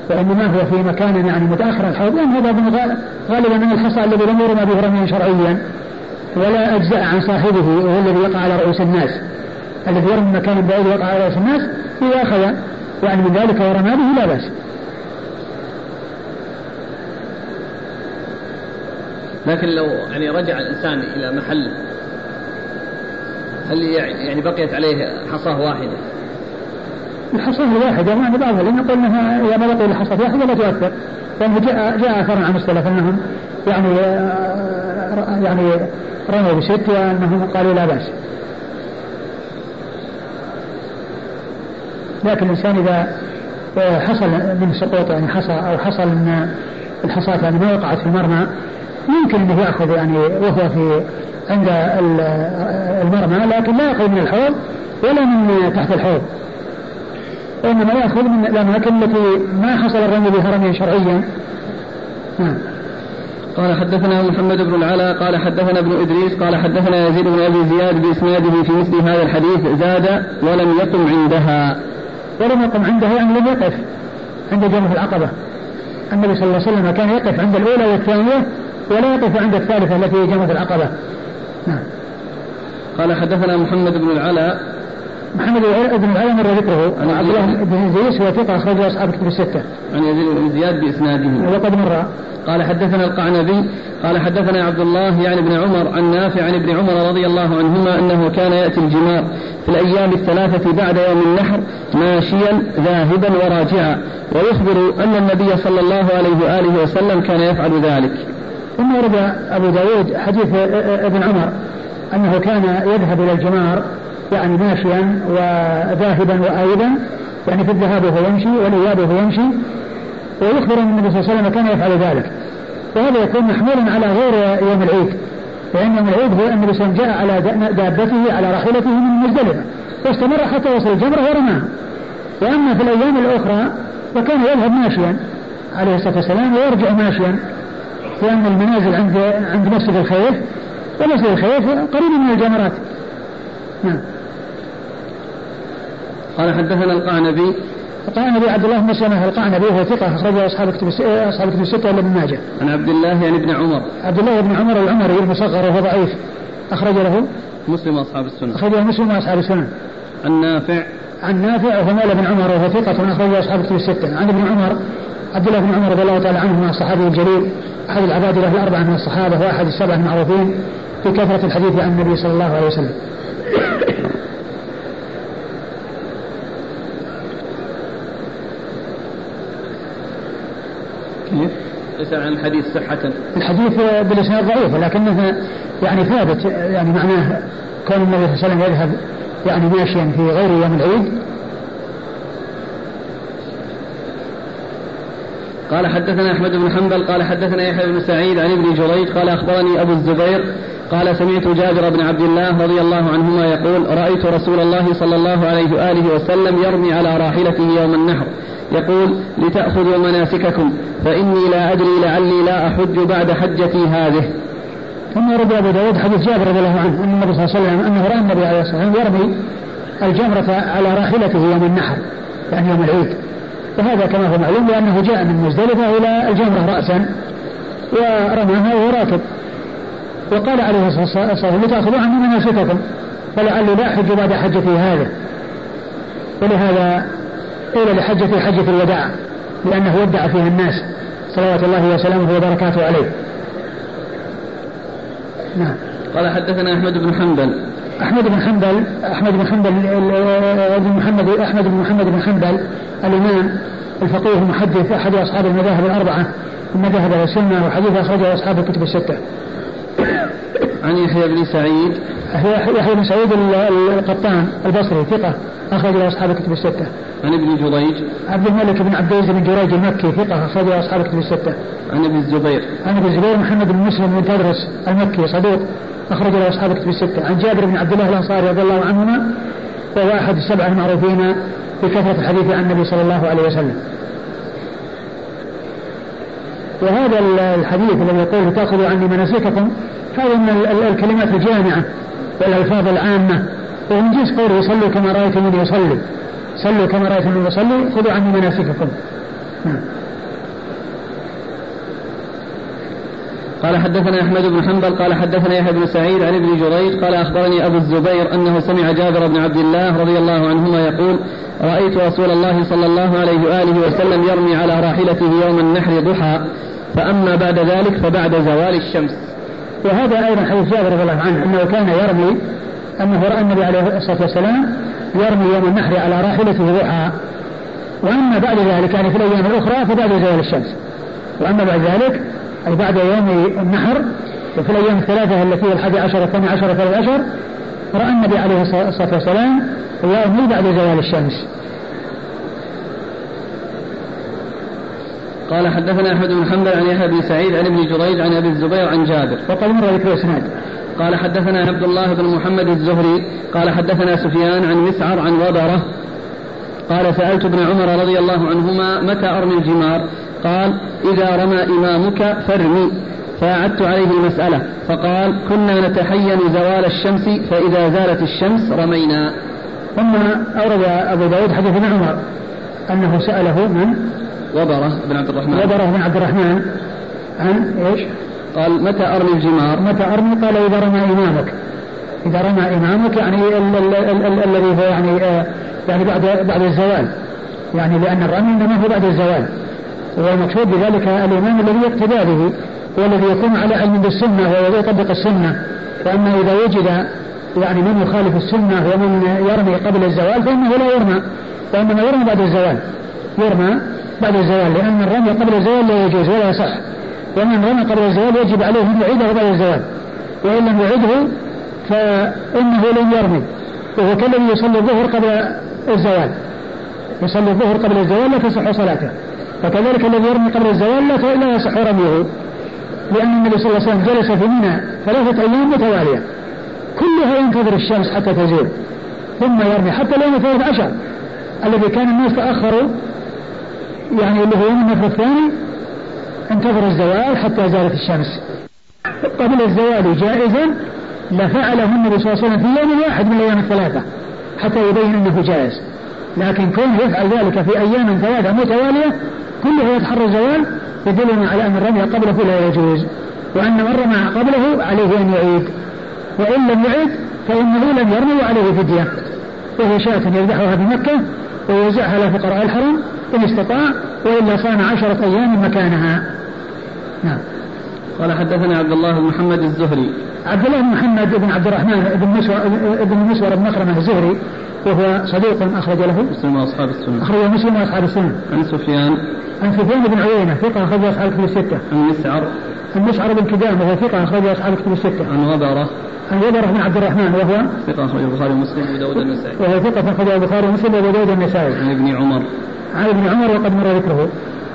وإنما هو في مكان يعني متأخر عن الحوض، لأن هذا غالبا من الحصى الذي لم يرمى به رميا شرعيا ولا أجزاء عن صاحبه، وهو الذي يقع على رؤوس الناس، الذي يرمي مكان بعيد يقع على رؤوس الناس إذا أخذ يعني من ذلك ورمى به لا بأس. لكن لو يعني رجع الإنسان إلى محله هل يعني بقيت عليه حصاه واحدة؟ الحصاه الواحدة ما بعضها، لأن قلنا إذا ما بقي الحصاه واحدة لا تؤثر، لأنه جاء أثر عن السلف أنهم يعني رموا بست وأنهم قالوا لا بأس. لكن الإنسان إذا حصل من سقوط يعني حصى أو حصل من الحصاة يعني ما وقعت في المرمى يمكن أنه يأخذ يعني وهو في عند المرمى، لكن لا يأخذ من الحوض ولا من تحت الحوض، وإنما يأخذ من الأماكن التي ما حصل الرمي بها رميا شرعيا. قال حدثنا محمد بن العلاء قال حدثنا ابن إدريس قال حدثنا يزيد بن أبي زياد بإسناده في مثل هذا الحديث زاد ولم يقم عندها. ولم يقم عندها يعني لم يقف عند جمرة العقبة. النبي صلى الله عليه وسلم كان يقف عند الأولى والثانية ولا يقف عند الثالثة التي هي جمرة العقبة. قال حدثنا محمد بن العلاء محمد بن العلاء مر ذكره عن عبد الله بن زيد وثقة أخرجه أصحاب كتب الستة. عن يزيد بن زياد بإسناده وقد مر. قال حدثنا القعنبي قال حدثنا عبد الله يعني ابن عمر عن نافع عن ابن عمر رضي الله عنهما أنه كان يأتي الجمار في الأيام الثلاثة بعد يوم النحر ماشيا ذاهبا وراجعا، ويخبر أن النبي صلى الله عليه وآله وسلم كان يفعل ذلك. ثم ورد أبو داود حديث ابن عمر أنه كان يذهب إلى الجمار يعني ماشيا وذاهبا وآيبا، يعني في الذهاب وهو يمشي والإياب وهو يمشي، ويخبر أن النبي صلى الله عليه وسلم كان يفعل ذلك. وهذا يكون محمولا على غير يوم العيد، لأن يوم العيد هو النبي صلى الله عليه وسلم جاء على دابته على راحلته من مزدلفة واستمر حتى وصل الجمرة ورماها. وأما في الأيام الأخرى فكان يذهب ماشيا عليه الصلاة والسلام ويرجع ماشيا، لأن المنازل عند مسجد الخيف، ومسجد الخيف قريب من الجمرات. قال حدثنا القعنبي عبد الله بن مسلمة القعنبي وهو ثقة أخرجه أصحاب كتب الستة إلا ابن ماجه. عن عبد الله يعني ابن عمر. عبد الله بن عمر العمري المصغر وهو ضعيف أخرج له مسلم وأصحاب السنن. أخرجه مسلم وأصحاب السنن. عن نافع وهو مولى بن عمر وهو ثقة أخرجه أصحاب كتب الستة. عن ابن عمر عبد الله بن عمر رضي الله تعالى عنه من الصحابي الجليل أحد العباد له الأربعة من الصحابة وأحد السبعة المعروفين في كثرة الحديث عن النبي صلى الله عليه وسلم. يسأل عن الحديث صحة. الحديث بالإسناد ضعيف ولكنه يعني ثابت، يعني معناه كون النبي صلى الله عليه وسلم يذهب يعني ماشيا في غير يوم العيد. قال حدثنا أحمد بن حنبل قال حدثنا يحيى بن سعيد عن ابن جريج قال أخبرني أبو الزبير قال سمعت جابر بن عبد الله رضي الله عنهما يقول رأيت رسول الله صلى الله عليه وآله وسلم يرمي على راحلته يوم النحر يقول لتأخذوا مناسككم فإني لا أدري لعلي لا أحج بعد حجتي هذه. ثم ورد أبو داود حديث جابر رضي الله عنه أن النبي صلى الله عليه وسلم أنه رأى النبي عليه الصلاة والسلام يرمي الجمرة على راحلته يوم النحر يعني يوم العيد، وهذا كما هو معلوم لأنه جاء من مزدلفة إلى الجمرة رأسا ورماها وهو راكب، وقال عليه الصلاة والسلام لتأخذوا عني مناسككم فلعلي لا أحج بعد حجتي هذه، ولهذا قيل لحجتي حجة الوداع لأنه ودع فيها الناس صلوات الله وسلامه وبركاته عليه. نعم. قال حدثنا أحمد بن حنبل بن حنبل الإمام الفقيه المحدث أحد أصحاب المذاهب الأربعة من مذاهب السنة وحديث أخرجه أصحاب الكتب الستة. عن يحيى بن سعيد القطان البصري ثقة أخرجه أصحاب الكتب الستة. عن ابن جريج عبد الملك بن عبد العزيز بن جريج المكي ثقة أخرجه أصحاب الكتب الستة. عن ابن الزبير محمد بن مسلم بن تدرس المكي صدوق أخرجه أصحاب الكتب الستة. عن جابر بن عبد الله الأنصاري رضي الله عنهما وهو أحد السبعة المعروفين بكثرة الحديث عن النبي صلى الله عليه وسلم. وهذا الحديث الذي يقول تأخذوا عني مناسككم هذا من الكلمات الجامعة والألفاظ العامة، ومن جنس قوله صلوا كما رأيتموني يصلي، صلوا كما رأيتموني يصلي خذوا عني مناسككم. قال حدثنا أحمد بن حنبل قال حدثنا يحيى بن سعيد عن ابن جريج قال أخبرني أبو الزبير أنه سمع جابر بن عبد الله رضي الله عنهما يقول رأيت رسول الله صلى الله عليه وآله وسلم يرمي على راحلته يوم النحر ضحى فأما بعد ذلك فبعد زوال الشمس. وهذا أيضا حديث جابر رضي الله عنه أنه كان يرمي، أنه رأى النبي عليه الصلاة والسلام يرمي يوم النحر على راحلته ضحى، وأما بعد ذلك يعني في الأيام الأخرى فبعد زوال الشمس. وأما بعد ذلك أي بعد يوم النحر وفي الأيام الثلاثة التي 11 12 13 رأى النبي عليه الصلاة والسلام يرمي بعد زوال الشمس. قال حدثنا أحمد بن حنبل عن يحيى بن سعيد عن ابن جريج عن أبي الزبير عن جابر. وقال مر ذكر الإسناد. قال حدثنا عبد الله بن محمد الزهري قال حدثنا سفيان عن مسعر عن وبرة قال سألت ابن عمر رضي الله عنهما متى أرمي الجمار؟ قال إذا رمى إمامك فارمي. فأعدت عليه المسألة فقال كنا نتحين زوال الشمس فإذا زالت الشمس رمينا. ثم أورد أبو داود حديث ابن عمر أنه سأله من؟ وبرة بن عبد الرحمن. وبرة بن عبد الرحمن عن إيش؟ قال متى أرمي الجمار؟ متى أرمي؟ قال إذا رمى إمامك. إذا رمى إمامك يعني الذي هو يعني بعد الزوال، يعني لأن الرمي إنما هو بعد الزوال، والمقصود بذلك الإمام الذي يقتدى به والذي يكون على علم بالسنة ويطبق السنة. وأما إذا وجد يعني من يخالف السنة ومن يرمي قبل الزوال فإنه لا يرمى، وإنما يرمى بعد الزوال، يرمى بعد الزوال، لأن الرمي قبل الزوال لا يجوز ولا يصح، ومن رمى قبل الزوال يجب عليه أن يعيده بعد الزوال، وإن لم يعيده فإنه لم يرمي. وهو كالذي يصلي الظهر قبل الزوال، يصلي الظهر قبل الزوال لا تصح صلاته، فكذلك الذي يرمي قبل الزوال لا يصح رميه، لأن النبي صلى الله عليه وسلم جلس في منى 3 أيام متوالية كلها ينتظر الشمس حتى تزول ثم يرمي، حتى اليوم 13 الذي كان الناس تأخروا يعني اللي هو يوم النفر الثاني انتظر الزوال حتى زالت الشمس قبل الزوال جائزا لفعله النبي صلى الله عليه وسلم في يوم واحد من الأيام 3 حتى يبين أنه جائز، لكن كونه يفعل ذلك في أيام 3 متوالية كله يتحرى الزوال يدلنا على أن الرمي قبله لا يجوز، وأن من رمى قبله عليه أن يعيد، وإن لم يعيد فإنه لم يرمي وعليه فدية، وهي شاة يذبحها في مكة ويوزعها على فقراء الحرم إن استطاع، وإلا صام 10 أيام مكانها. نعم. قال حدثنا عبد الله بن محمد الزهري. عبد الله بن محمد بن عبد الرحمن بن مسور بن مخرمة الزهري وهو صديق أخرج له مسلم وأصحاب السنن. أخرج مسلم وأصحاب السنن. عن سفيان بن عيينة ثقة أخرج أصحاب الكتب 6. عن مسعر بن كدام وهو ثقة أخرج أصحاب الكتب 6. عن وبرة بن عبد الرحمن وهو ثقة أخرج البخاري ومسلم وداود النسائي. وهو ثقة أخرج البخاري ومسلم وداود النسائي. عن ابن عمر وقد مر ذكره.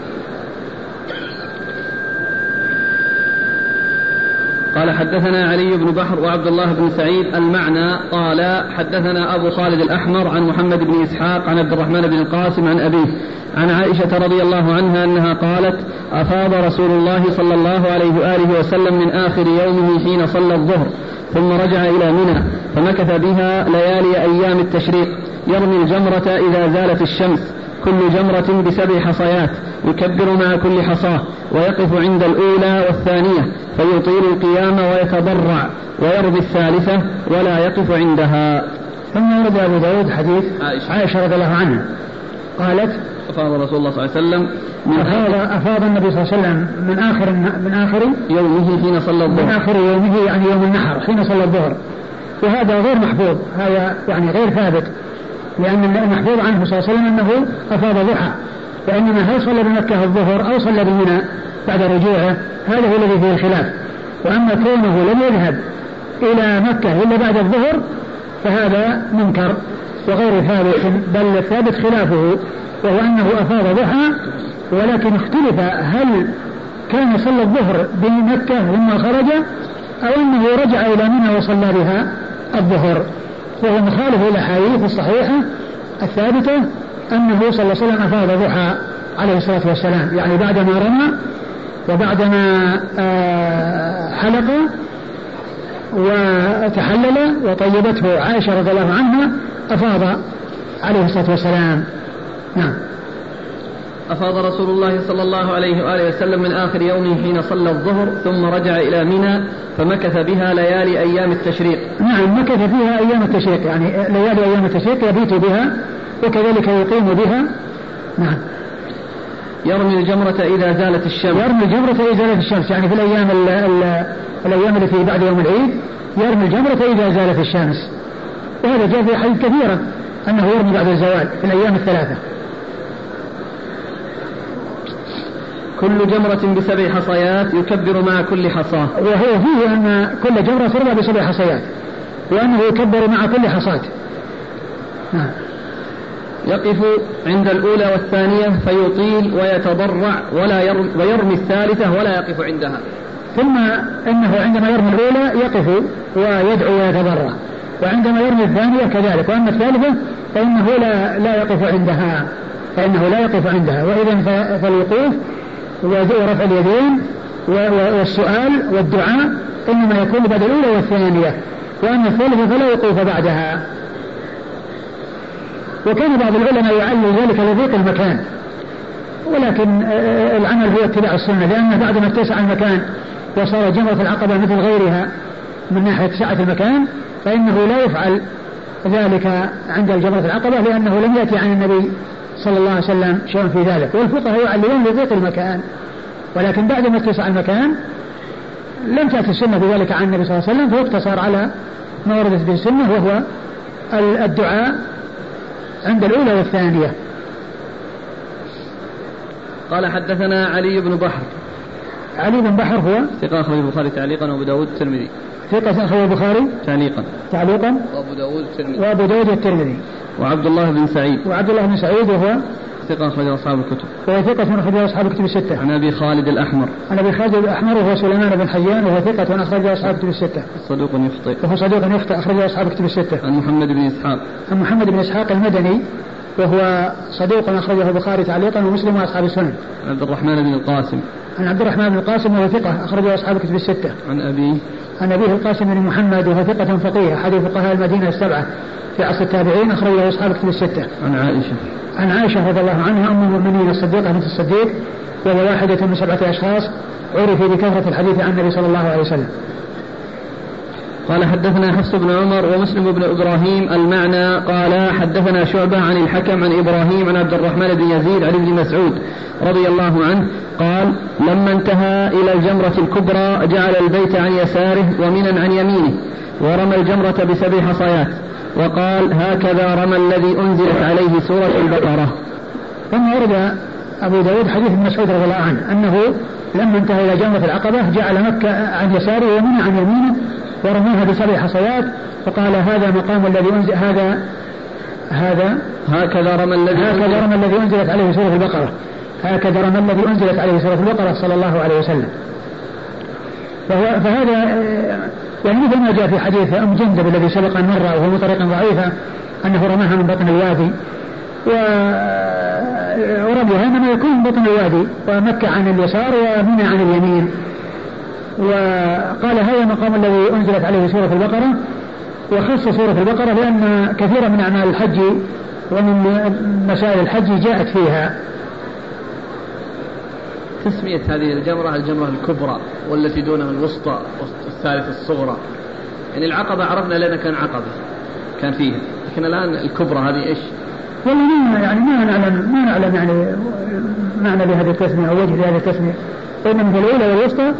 قال حدثنا علي بن بحر وعبد الله بن سعيد المعنى قال حدثنا أبو خالد الأحمر عن محمد بن إسحاق عن عبد الرحمن بن القاسم عن أبيه عن عائشة رضي الله عنها أنها قالت أفاض رسول الله صلى الله عليه وآله وسلم من آخر يومه حين صلى الظهر ثم رجع إلى منى فمكث بها ليالي أيام التشريق يرمي الجمرة إذا زالت الشمس كل جمرة ب7 حصيات يكبر مع كل حصاة ويقف عند الأولى والثانية فيطيل القيام ويتضرع ويرمي الثالثة ولا يقف عندها. ثم ورد أبو داود حديث عائشة رضي الله عنها قالت أفاض رسول الله صلى الله عليه وسلم أفاض النبي صلى الله عليه وسلم من آخر يومه حين صلى الظهر، من آخر يومه يعني يوم النحر حين صلى الظهر، وهذا غير محفوظ، هذا يعني غير ثابت، لأن المحفوظ عنه صلى الله عليه وسلم أنه أفاض ضحى، وإنما هل صلى بمكة الظهر أو صلى بمنى بعد رجوعه هذا هو الذي فيه الخلاف. وأما كونه لم يذهب إلى مكة إلا بعد الظهر فهذا منكر وغير ثابت، بل الثابت خلافه، وهو أنه أفاض ضحى، ولكن اختلف هل كان صلى الظهر بمكة ثم خرج أو أنه رجع إلى منى وصلى بها الظهر، وهو مخالف الأحاديث الصحيحة الثابتة أنه صلى الله عليه وسلم أفاض ضحى عليه الصلاة والسلام، يعني بعدما رمى وبعدما حلق وتحلل وطيبته عائشة رضي الله عنها أفاض عليه الصلاة والسلام. نعم. أفاض رسول الله صلى الله عليه وآله وسلم من آخر يومه حين صلى الظهر ثم رجع إلى منى فمكث بها ليالي أيام التشريق. نعم مكث فيها أيام التشريق، يعني ليالي أيام التشريق يبيت بها وكذلك يقيم بها. نعم. يرمي الجمرة إذا زالت الشمس. يرمي الجمرة إذا زالت الشمس، يعني في الأيام التي بعد يوم العيد يرمي الجمرة إذا زالت الشمس، وهذا جاء في حديث كثيرة أنه يرمي بعد الزوال في الأيام الثلاثة. كل جمرة ب7 حصيات يكبر مع كل حصاة. وهو فيه أن كل جمرة ترمى ب7 حصيات وأنه يكبر مع كل حصاة. نعم. يقف عند الأولى والثانية فيطيل ويتضرع ويرمي الثالثة ولا يقف عندها. ثم إنه عندما يرمي الأولى يقف ويدعو ويتضرع، وعندما يرمي الثانية كذلك، وأما الثالثة فإنه لا يقف عندها. وإذا فالوقوف ورفع اليدين والسؤال والدعاء إنما يكون بعد الأولى والثانية، وأما الثالثة فلا وقوف بعدها. وكان بعض العلماء يعلل ذلك لضيق المكان، ولكن العمل هو اتباع السنة، لأن بعد ما اتسع المكان وصار جمرة العقبة مثل غيرها من ناحية سعة المكان فإنه لا يفعل ذلك عند الجمرة العقبة، لأنه لم يأتي عن النبي صلى الله عليه وسلم شيء في ذلك، والفقهاء يعللون لضيق المكان. ولكن بعد ما اتسع المكان لم تأتي السنة بذلك عن النبي صلى الله عليه وسلم، فاقتصر على ما وردت به السنة وهو الدعاء عند الأولى والثانية. قال حدثنا علي بن بحر. علي بن بحر هو ثقة أخرج البخاري تعليقا وأبو داود الترمذي. ثقة أخرج البخاري تعليقا وأبو داود الترمذي. وعبد الله بن سعيد وهو ثقة أخرج أصحاب الكتب. وهو ثقة أخرج أصحاب الكتب الستة. عن أبي خالد الأحمر. وهو سليمان بن حيان وهو ثقة أخرج أصحاب الكتب الستة. صدوق يخطئ أخرج أصحاب الكتب الستة. عن محمد بن إسحاق المدني وهو صدوق أخرجه البخاري تعليقا ومسلم وأصحاب السنن. عن عبد الرحمن بن القاسم وهو ثقة أخرجه أصحاب الكتب الستة. عن أبيه القاسم بن محمد وهو ثقة فقيه أحد فقهاء المدينة السبعة في عصر التابعين أخرجه أصحاب الكتب الستة. عن عائشة رضي الله عنها أم المؤمنين الصديقة بنت الصديق، وهي واحدة من 7 أشخاص عرف بكثرة الحديث عن النبي صلى الله عليه وسلم. قال حدثنا حفص بن عمر ومسلم بن إبراهيم المعنى. قال حدثنا شعبة عن الحكم عن إبراهيم عن عبد الرحمن بن يزيد عن ابن مسعود رضي الله عنه قال لما انتهى إلى الجمرة الكبرى جعل البيت عن يساره ومنى عن يمينه ورمى الجمرة ب7 حصيات وقال هكذا رمى الذي أنزلت عليه سورة البقرة. ثم ورد أبو داود حديث ابن مسعود رضي الله عنه أنه لما انتهى إلى جمرة العقبة جعل مكة عن يساره ومنى عن يمينه ورماها ب7 حصيات فقال هذا مقام الذي أنزل هكذا رمى الذي أنزلت عليه سورة البقرة. صلى الله عليه وسلم. فهذا يعني مثل ما جاء في حديث أم جندب الذي سبق أن مر وهو بطريقة ضعيفة أنه رماها من بطن الوادي، ورميها إنما يكون من بطن الوادي ومكة عن اليسار ومنى عن اليمين. وقال هذا المقام الذي أنزلت عليه سورة البقرة، وخص سورة البقرة لأن كثيرا من أعمال الحج ومن مسائل الحج جاءت فيها. تسمية هذه الجمرة الكبرى والتي دونها الوسطى والثالثة الصغرى، يعني العقبة عرفنا لنا كان عقبة كان فيها، لكن الآن الكبرى هذه إيش؟ والله يعني ما نعلم يعني معنى لهذه التسمية أو وجه لهذه التسمية، إنما الأولى والوسطى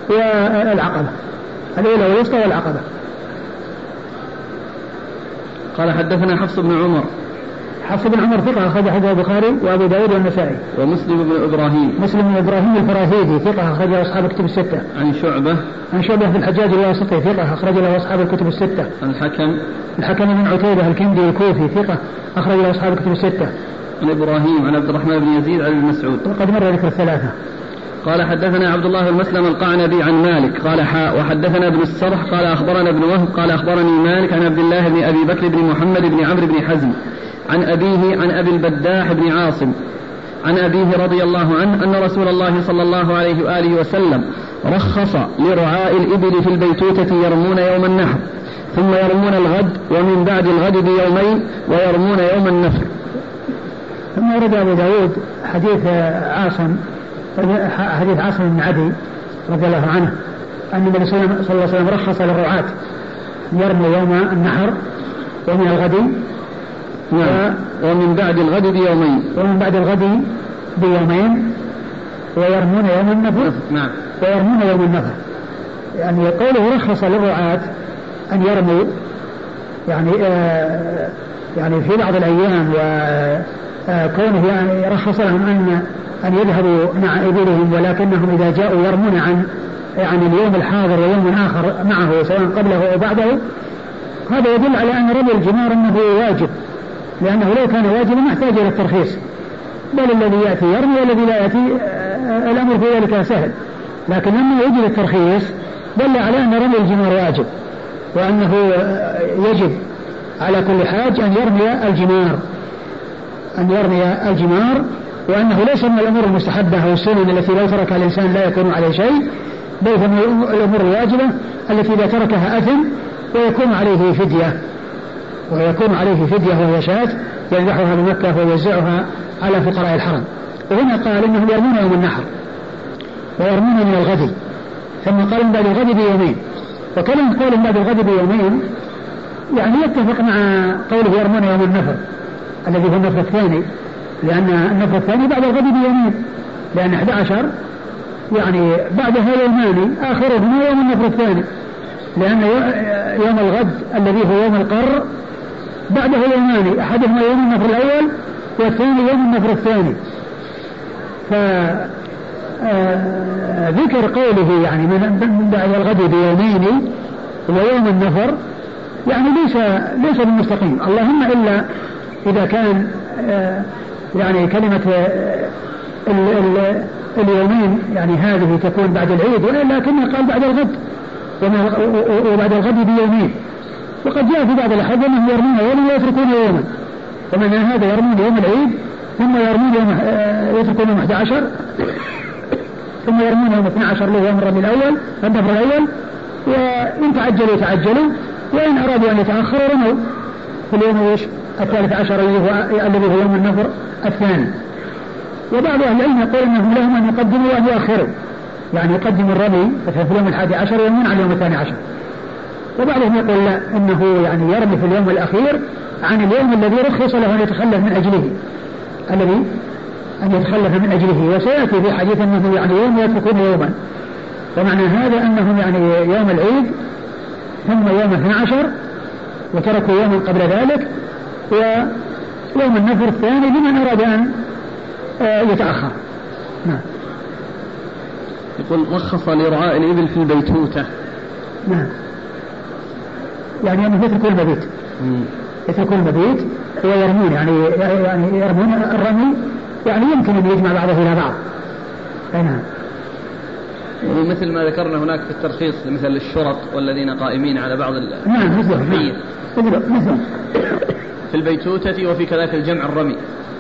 والعقبة. قال حدثنا حفص بن عمر ثقة أخرج حديث البخاري وأبو داود والنسائي. ومسلم بن إبراهيم الفراهيدي ثقة أخرج له أصحاب الكتب الستة. عن شعبة بن الحجاج الواسطي ثقة أخرج له أصحاب الكتب الستة. عن الحكم بن عتيبة الكندي الكوفي ثقة أخرج له أصحاب الكتب الستة. عن إبراهيم عن عبد الرحمن بن يزيد عن ابن مسعود وقد مر ذكر الثلاثة. قال حدثنا عبد الله بن مسلم القعنبي عن مالك قال وحدثنا ابن السرح قال أخبرنا ابن وهب قال أخبرني مالك عن عبد الله بن أبي بكر بن محمد بن عمرو بن حزم عن أبيه عن أبي البداح بن عاصم عن أبيه رضي الله عنه أن رسول الله صلى الله عليه وآله وسلم رخص لرعاء الإبل في البيتوتة يرمون يوم النحر ثم يرمون الغد ومن بعد الغد بيومين ويرمون يوم النفر. ثم ورد أبو داود حديث عاصم بن عدي رضي الله عنه أن النبي صلى الله عليه وسلم رخص للرعاة يرموا يوم النحر ومن الغد ومن بعد الغد بيومين ويرمون يوم النفر. نعم. ويرمون يوم النفر، يعني قوله رخص للرعاة أن يرموا يعني في بعض الأيام، وكونه يعني رخص لهم أن يذهبوا مع إبلهم، ولكنهم إذا جاءوا يرمون عن اليوم الحاضر ويوم آخر معه سواء قبله أو بعده، هذا يدل على أن رمي الجمار أنه واجب، لأنه لو كان واجبا ما يحتاج إلى الترخيص، بل الذي يأتي يرمي والذي لا يأتي الأمر في ذلك سهل. لكن لما يوجد الترخيص دل على أن رمي الجمار واجب، وأنه يجب على كل حاج أن يرمي الجمار، وأنه ليس من الأمور المستحبة أو السنن التي لو تركها الإنسان لا يكون عليه شيء، بل من الأمور الواجبة التي إذا تركها أثم ويكون عليه فدية وهي شاة يذبحها بمكة ويوزعها على فقراء الحرم. وهنا قال إنهم يرمون يوم النحر ويرمون من الغد، ثم قال من بعد الغد بيومين. وكلمة قول من بعد الغد بيومين يعني يتفق مع قوله يرمون يوم النفر الذي هو النفر الثاني، لأن النفر الثاني بعد الغد بيومين، لأن 11 يعني بعدها يومان آخرهما يوم النفر الثاني، لأن يوم الغد الذي هو يوم القر بعده يومان، أحدهما يوم النفر الأول والثاني يوم النفر الثاني. فذكر قوله يعني من بعد الغد بيومين ويوم النفر يعني ليس بالمستقيم، اللهم إلا إذا كان يعني كلمة اليومين يعني هذه تكون بعد العيد، ولكنه قال بعد الغد وبعد الغد بيومين. وقد جاء في بعض الأحاديث أنهم يرمون يوما ويتركون يوما، ومن هذا يرمون يوم العيد ثم يرمون يتركون يوم 11 ثم يرمون يوم 12 له يوم الرمي الأول النفر الأول، وإن تعجلوا وإن أرادوا أن يتأخروا رموا في اليوم 13 الذي هو يوم النفر الثاني. وبعض أهل العلم يقول أنهم لهم أن يقدموا وأن يؤخروا، يعني يقدموا الرمي في اليوم 11 ويومون على اليوم 12. وبعضهم يقول لا، إنه يعني يرمي في اليوم الأخير عن اليوم الذي رخص له أن يتخلف من أجله، وسيأتي في حديث أنه يعني يوم يتركون يوما، ومعنى هذا أنهم يعني يوم العيد ثم يوم 12 وتركوا يوما قبل ذلك، ويوم النفر الثاني لمن أراد أن يتأخر. نعم. يقول رخص لرعاء الإبل في البيتوتة. نعم، يعني أنه يتركون المبيت ويرمون، يعني يرمون الرمي، يعني يمكن أن يجمع بعضه إلى بعض. نعم. ومثل ما ذكرنا هناك في الترخيص مثل الشرط والذين قائمين على بعض نعم مثل في البيتوتة وفي كذلك الجمع الرمي.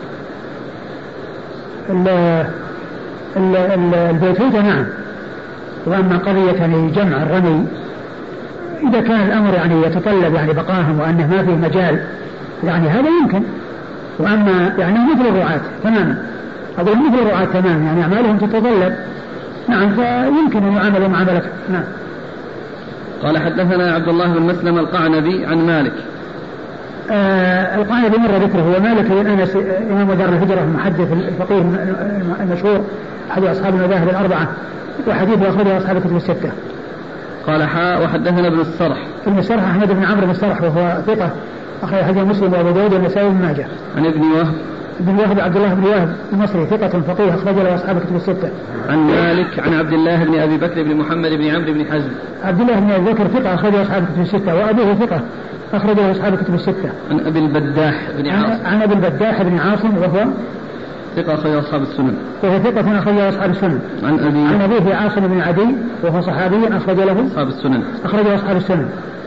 البيتوتة نعم. وأما قضية يعني جمع الرمي إذا كان الأمر يعني يتطلب يعني بقاهم وأنه ما فيه مجال يعني هذا يمكن. وأما يعني مثل الرعاة تماما، أقول مثل الرعاة تماما، يعني أعمالهم تتطلب نعم، فيمكن أن يعاملوا معاملة. نعم. قال حدثنا عبد الله بن مسلم القعنبي عن مالك. القعنبي مر ذكره، هو مالك بن أنس إمام دار الهجرة المحدث الفقيه المشهور أحد أصحاب المذاهب الأربعة، وحديثه أخرجه أصحاب الكتب الستة. قال وحدثنا ابن السرح أحمد بن عمرو بن السرح وهو ثقة أخرج حديث مسلم وأبو داود والنسائي وابن ماجه. عن ابن وهب عبد الله بن وهب المصري ثقة فقيه أخرج له أصحاب الكتب الستة. عن مالك عن عبد الله بن أبي بكر بن محمد بن عمرو بن حزم. عبد الله بن أبي بكر ثقة أخرج له أصحاب الكتب الستة، وأبوه ثقة أخرج له أصحاب الكتب الستة. عن أبي البداح بن عاصم. عن أبي البداح بن عاصم وهو ثقة أخرج أصحاب السنن. وهو ثقة أخرج أصحاب السنن. عن أبيه عاصم بن عدي وهو صحابي أخرج له أصحاب السنن. أخرج أصحاب السنن.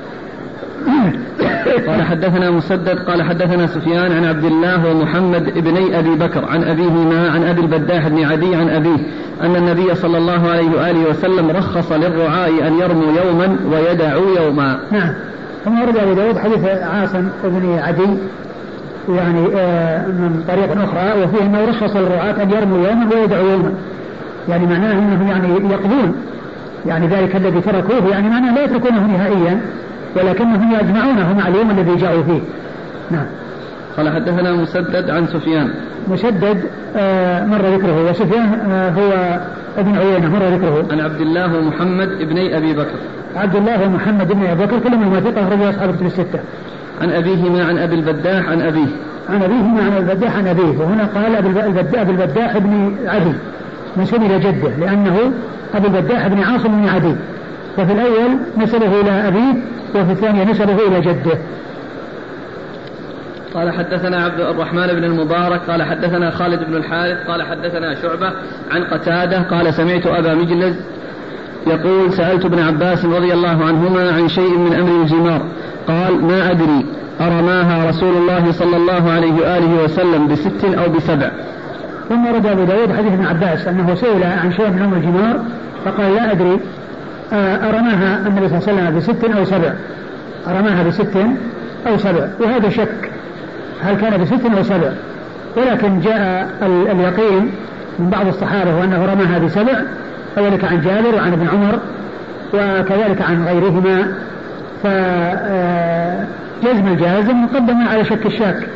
قال حدثنا مسدد قال حدثنا سفيان عن عبد الله ومحمد ابني أبي بكر عن أبيهما عن أبي البداح بن عدي عن أبيه أن النبي صلى الله عليه وآله وسلم رخص للرعاء أن يرموا يوما ويدعوا يوما. نعم. ثم ورد أبو داود حديث عاصم بن عدي يعني من طريق أخرى، وفيه أنه رخص للرعاة أن يرموا يوما ويدعوا يوما، يعني معناه أنهم يعني يقضون يعني ذلك الذي تركوه، يعني معناه لا يتركونه نهائيا ولكنهم يجمعونه مع اليوم الذي جاءوا فيه. نعم. قال حدثنا مسدد عن سفيان. مسدد مر ذكره، وسفيان هو ابن عيينة مر ذكره. عن عبد الله ومحمد ابني أبي بكر. عبد الله ومحمد ابن أبي بكر كلهم ثقة رجال أصحاب الكتب الستة. عن أبيهما عن أبي البداح عن أبيه. عن أبيهما عن البداح عن أبيه، وهنا قال أبي البداح ابن عدي نسب إلى جده، لأنه أبو البداح ابن عاصم بن عدي، وفي الأول نسبه إلى أبيه وفي الثانية نسبه إلى جده. قال حدثنا عبد الرحمن بن المبارك قال حدثنا خالد بن الحارث قال حدثنا شعبة عن قتادة قال سمعت أبا مجلس يقول سألت ابن عباس رضي الله عنهما عن شيء من أمر الجمار، قال ما أدري أرماها رسول الله صلى الله عليه وآله وسلم ب6 أو ب7. ثم رد أبو داود حديث ابن عباس أنه سئل عن شيء من أمر الجمار فقال لا أدري أرماها النبي صلى الله عليه وسلم ب6 أو 7، أرماها ب6 أو 7، وهذا شك هل كان ب6 أو 7، ولكن جاء اليقين من بعض الصحابة وأنه رماها ب7، وذلك عن جابر وعن ابن عمر وكذلك عن غيرهما، فجزم الجازم مقدم على شك الشاك.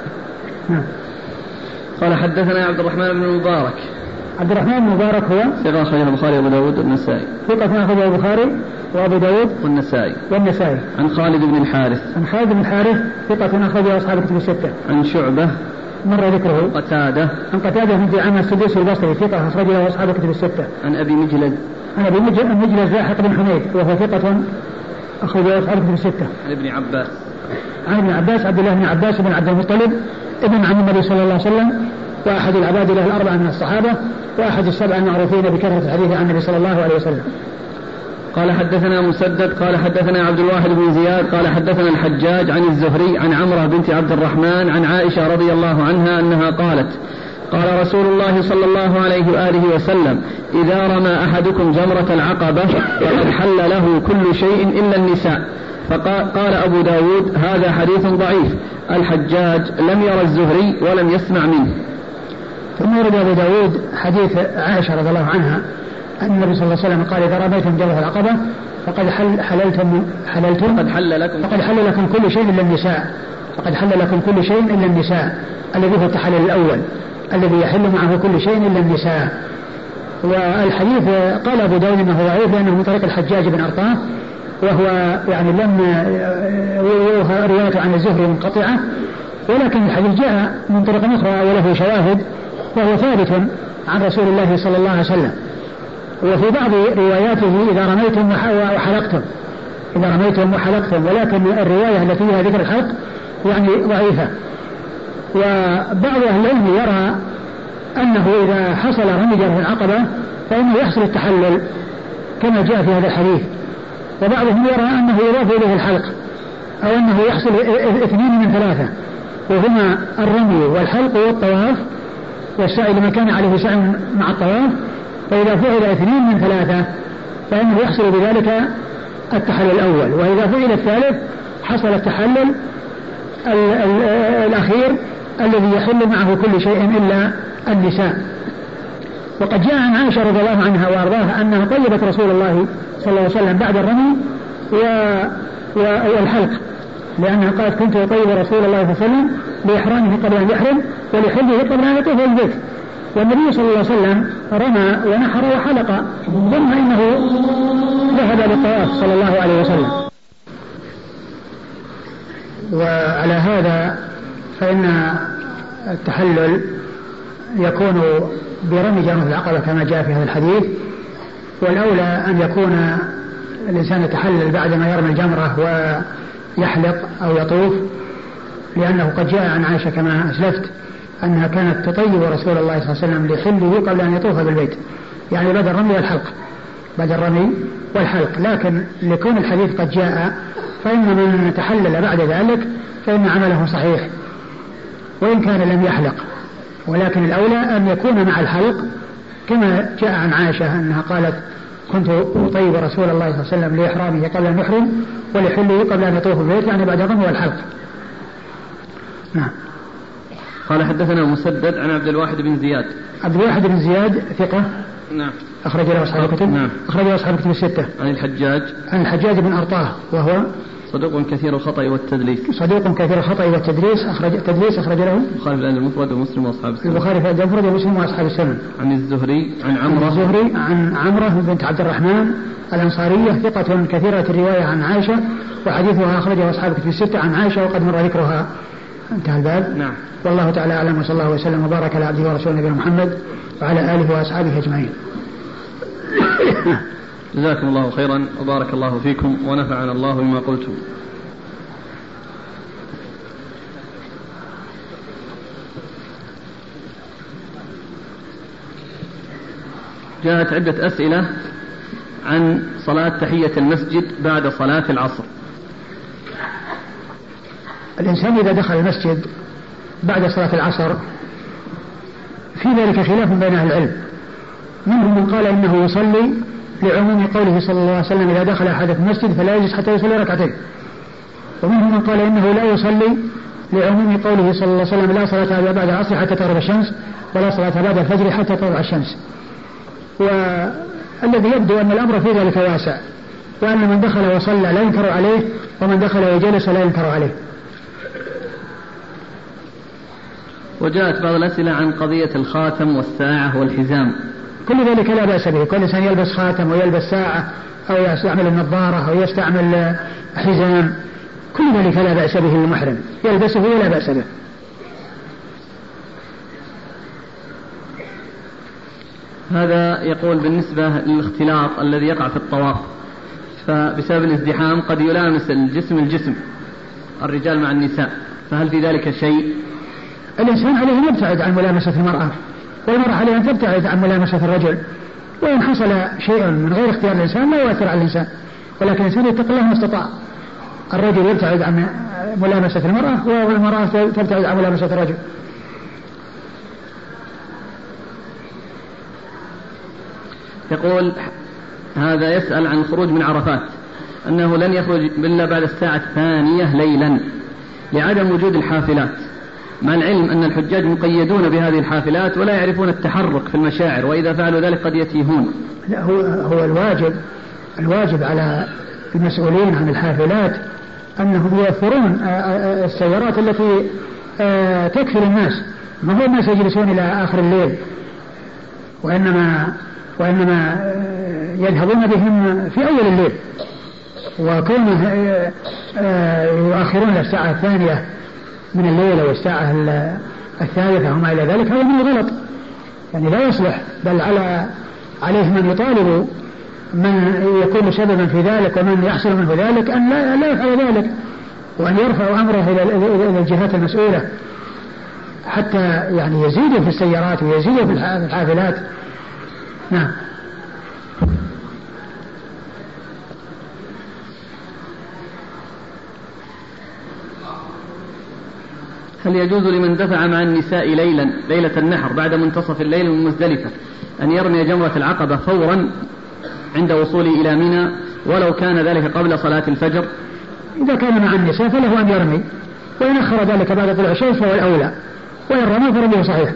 قال حدثنا عبد الرحمن بن المبارك. عبد الرحمن بن المبارك هو ثقة أخرجه البخاري وأبو داود والنسائي. ثقة أخرجه البخاري وأبو داود والنسائي. عن خالد بن الحارث. عن خالد بن الحارث ثقة أخرجه أصحاب الكتب الستة. عن شعبة مر ذكره. قتادة. عن قتادة بن دعامة السدوسي البصري ثقة أخرجه أصحاب الكتب الستة. عن أبي مجلد. عن أبي مجلد لاحق بن حميد وهو ثقة أخرجه أصحاب الكتب الستة. عن ابن عباس. عن ابن عباس عبد الله بن عباس بن عبد المطلب ابن عم النبي صلى الله عليه وسلم، وأحد العباد له الأربعة من الصحابة، وأحد السبع المعروفين بكثرة الحديث عن النبي صلى الله عليه وسلم. قال حدثنا مسدد قال حدثنا عبد الواحد بن زياد قال حدثنا الحجاج عن الزهري عن عمرة بنت عبد الرحمن عن عائشة رضي الله عنها أنها قالت قال رسول الله صلى الله عليه وآله وسلم إذا رمى أحدكم جمرة العقبة فقد حل له كل شيء إلا النساء. فقال أبو داود هذا حديث ضعيف، الحجاج لم يرى الزهري ولم يسمع منه. ثم ورد أبو داود حديث عائشة رضي الله عنها أن النبي صلى الله عليه وسلم قال إذا رميتم جمرة العقبة فقد حل لكم كل شيء إلا النساء، فقد حل لكم كل شيء إلا النساء، الذي هو التحلل الأول الذي يحل معه كل شيء إلا النساء. والحديث قال أبو داود أنه ضعيف لأنه من طريق الحجاج بن أرطاه، وهو يعني لم روايته عن الزهري منقطعة، ولكن الحديث جاء من طرق أخرى وله شواهد وهو ثابت عن رسول الله صلى الله عليه وسلم. وفي بعض رواياته إذا رميتم وحلقتم، ولكن الرواية التي فيها ذكر الحلق يعني ضعيفة. وبعض أهل العلم يرى أنه إذا حصل رمي جمرة العقبة فإنه يحصل التحلل كما جاء في هذا الحديث، وبعضهم يرى أنه يضاف إليه الحلق أو أنه يحصل 2 من 3، وهما الرمي والحلق والطواف والسعي لما كان عليه سعي مع الطواف، فإذا فعل 2 من 3 فإنه يحصل بذلك التحلل الأول، وإذا فعل الثالث حصل التحلل الأخير الذي يحل معه كل شيء إلا النساء. وقد جاء عن عائشة رضي الله عنها وأرضاها أنها طيبت رسول الله صلى الله عليه وسلم بعد الرمي والحلق، لأنها قالت كنت أطيب رسول الله صلى الله عليه وسلم لإحرامه قبل أن يحرم ولحله قبل أن يطوف البيت، والنبي صلى الله عليه وسلم رمى ونحر وحلق ثم إنه ذهب للطواف صلى الله عليه وسلم. وعلى هذا فإن التحلل يكون برمي جمرة العقبة كما جاء في هذا الحديث، والأولى أن يكون الإنسان يتحلل بعدما يرمي الجمرة ويحلق أو يطوف، لأنه قد جاء عن عائشة كما أسلفت أنها كانت تطيب رسول الله صلى الله عليه وسلم لحله قبل أن يطوف بالبيت، يعني بعد الرمي والحلق. لكن لكون الحديث قد جاء فإن من تحلل بعد ذلك فإن عمله صحيح وإن كان لم يحلق، ولكن الأولى أن يكون مع الحلق كما جاء عن عائشة أنها قالت كنت أطيب رسول الله صلى الله عليه وسلم لإحرامه قبل أن يحرم ولحله قبل أن يطوف بالبيت، يعني بعد الرمي والحلق. نعم. قال حدثنا مسدد عن عبد الواحد بن زياد. عبد الواحد بن زياد ثقة. نعم. أخرج له أصحاب الكتب. نعم. أخرج له أصحاب الكتب الستة. عن الحجاج. عن الحجاج بن أرطاه وهو صدوق كثير الخطأ والتدليس. صدوق كثير الخطأ والتدليس. أخرج له البخاري في الأدب المفرد ومسلم وأصحاب السنن. البخاري في الأدب المفرد ومسلم وأصحاب السنن. عن الزهري عن عمرة. الزهري عن عمرة بنت عبد الرحمن الأنصارية ثقة كثيرة الرواية عن عائشة وحديثها أخرجه أصحاب الكتب الستة عن عائشة وقد مر ذكرها. انتهى الباب. نعم. والله تعالى أعلم وصلى الله وسلم وبارك على عبده ورسوله نبينا محمد وعلى آله وأصحابه أجمعين. جزاكم الله خيرا وبارك الله فيكم ونفعنا الله بما قلتم. جاءت عدة أسئلة عن صلاة تحية المسجد بعد صلاة العصر. الإنسان إذا دخل المسجد بعد صلاة العصر في ذلك خلاف بين أهل العلم، منهم من قال إنه يصلي لعموم قوله صلى الله عليه وسلم إذا دخل أحد في المسجد فلا يجلس حتى يصلي ركعتين، ومنهم من قال إنه لا يصلي لعموم قوله صلى الله عليه وسلم لا صلاة بعد العصر حتى تغرب الشمس ولا صلاة بعد الفجر حتى تطلع الشمس. والذي يبدو أن الأمر في ذلك واسع، وأن من دخل وصلى لا ينكر عليه ومن دخل وجلس لا ينكر عليه. وجاءت بعض الأسئلة عن قضية الخاتم والساعة والحزام. كل ذلك لا بأس به، كل إنسان يلبس خاتم ويلبس ساعة أو يستعمل النظارة أو يستعمل حزام، كل ذلك لا بأس به للمحرم، يلبسه ولا بأس به. هذا يقول بالنسبة للاختلاط الذي يقع في الطواف، فبسبب الازدحام قد يلامس الجسم الرجال مع النساء، فهل في ذلك شيء؟ الإنسان عليه أن يبتعد عن ملامسة المرأة، والمرأة عليه أن تبتعد عن ملامسة الرجل، وإن حصل شيء من غير اختيار الإنسان لا يؤثر على الإنسان، ولكن الإنسان يتقي الله ما استطاع. الرجل يبتعد عن ملامسة المرأة والمرأة تبتعد عن ملامسة الرجل. يقول هذا يسأل عن الخروج من عرفات، أنه لن يخرج إلا بعد الساعة 2 ليلا لعدم وجود الحافلات، مع العلم أن الحجاج مقيدون بهذه الحافلات ولا يعرفون التحرك في المشاعر، وإذا فعلوا ذلك قد يتيهون. لا، هو الواجب على المسؤولين عن الحافلات أنهم يوفرون السيارات التي تكفي الناس، ما هو الناس يجلسون إلى آخر الليل، وإنما يذهبون بهم في أول الليل، وكونه يؤخرون الساعة 2 من الليل أو الساعة 3 وما إلى ذلك، هذا من الغلط، يعني لا يصلح، بل عليه من يطالب من يكون سببا في ذلك ومن يحصل منه ذلك أن لا يفعل ذلك، وأن يرفع أمره إلى الجهات المسؤولة حتى يعني يزيدوا في السيارات ويزيدوا في الحافلات. نعم. هل يجوز لمن دفع مع النساء ليلة النحر بعد منتصف الليل من مزدلفة أن يرمي جمرة العقبة فورا عند وصوله إلى منى ولو كان ذلك قبل صلاة الفجر؟ إذا كان مع النساء فله أن يرمي، وإن أخر ذلك بعد طلوع الشمس فهو الأولى، وإن رمى فرميه صحيح.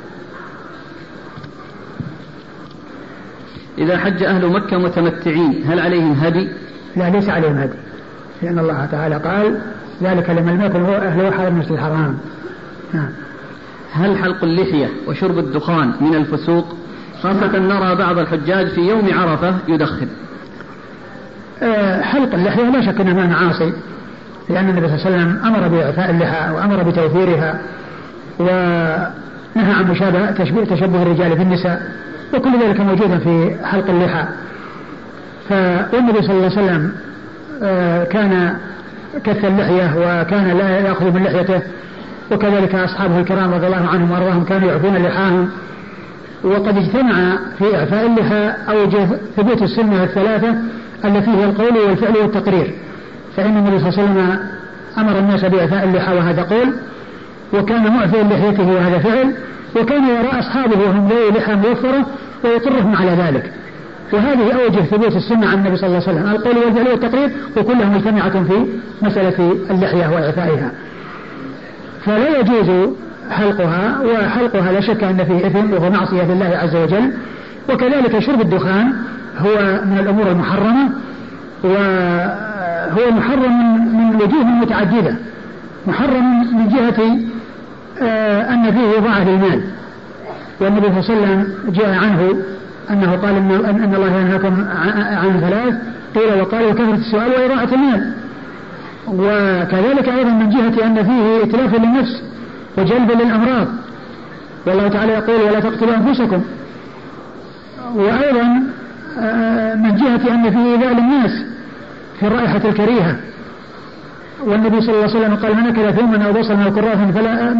إذا حج أهل مكة متمتعين هل عليهم هدي؟ لا، ليس عليهم هدي، لأن الله تعالى قال ذلك لمن لم يكن أهله حاضر المسجد الحرام. هل حلق اللحية وشرب الدخان من الفسوق؟ خاصة نرى بعض الحجاج في يوم عرفة يدخن. حلق اللحية لا شك أنه معاصي، لأن النبي صلى الله عليه وسلم أمر بإعفاء اللحى وأمر بتوفيرها، ونهى عن تشبه الرجال بالنساء، وكل ذلك موجود في حلق اللحى. فالنبي صلى الله عليه وسلم كان كث اللحية وكان لا يأخذ من لحيته، وكذلك أصحابه الكرام رضي الله عنهم وأرضاهم كانوا يعفون لحاهم. وقد اجتمع في إعفاء اللحى أوجه ثبوت السنة الثلاثة التي هي القول والفعل والتقرير، فإن النبي صلى الله عليه وسلم أمر الناس بإعفاء اللحى وهذا قول، وكان معفي لحيته وهذا فعل، وكان يرى أصحابه وهم ذوي لحى موفرة ويقرهم على ذلك. وهذه أوجه ثبوت السنة عن النبي صلى الله عليه وسلم، القول والفعل والتقرير، وكلها مجتمعة في مسألة اللحية وإعفائها. فلا يجوز حلقها، وحلقها لا شك أن فيه إثم وهو معصية لله عز وجل. وكذلك شرب الدخان هو من الأمور المحرمة، وهو محرم من وجوه متعددة. محرم من جهة أن فيه إضاعة للمال، والنبي صلى الله عليه وسلم جاء عنه أنه قال أن الله ينهاكم عن ثلاث، قيل وقال وكثرة السؤال وإضاعة المال. وكذلك أيضا من جهة أن فيه إتلاف للنفس وجلب للأمراض، والله تعالى يقول ولا تقتلوا أنفسكم. وأيضا من جهة أن فيه إيذاء للناس في الرائحة الكريهة، والنبي صلى الله عليه وسلم قال من أكل ثوما أو بصلا أو كرافا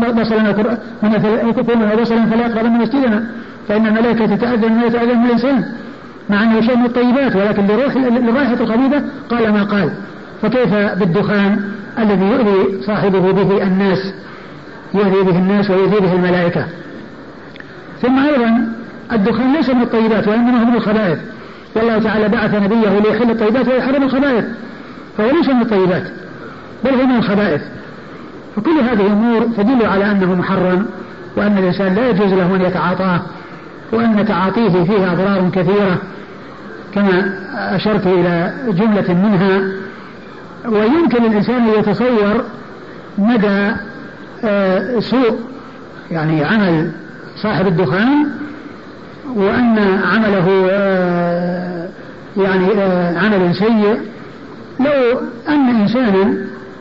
فلا يقربن مسجدنا فإن الملائكة تتأذن ما يتأذن الإنسان، مع أنه شيء من الطيبات، ولكن للرائحة الخبيثة قال ما قال. فكيف بالدخان الذي يؤذي صاحبه به الناس، يؤذي به الناس ويؤذي به الملائكة. ثم أيضا الدخان ليس من الطيبات وإنما هو من الخبائث، والله تعالى بعث نبيه ليحل الطيبات ويحرم الخبائث، فهو ليس من الطيبات بل هو من الخبائث. فكل هذه أمور تدل على أنه محرم، وأن الإنسان لا يجوز له أن يتعاطاه، وأن تعاطيه فيه أضرار كثيرة كما أشرت إلى جملة منها. ويمكن الإنسان أن يتصور مدى سوء يعني عمل صاحب الدخان، وأن عمله يعني عمل سيء. لو أن إنسانا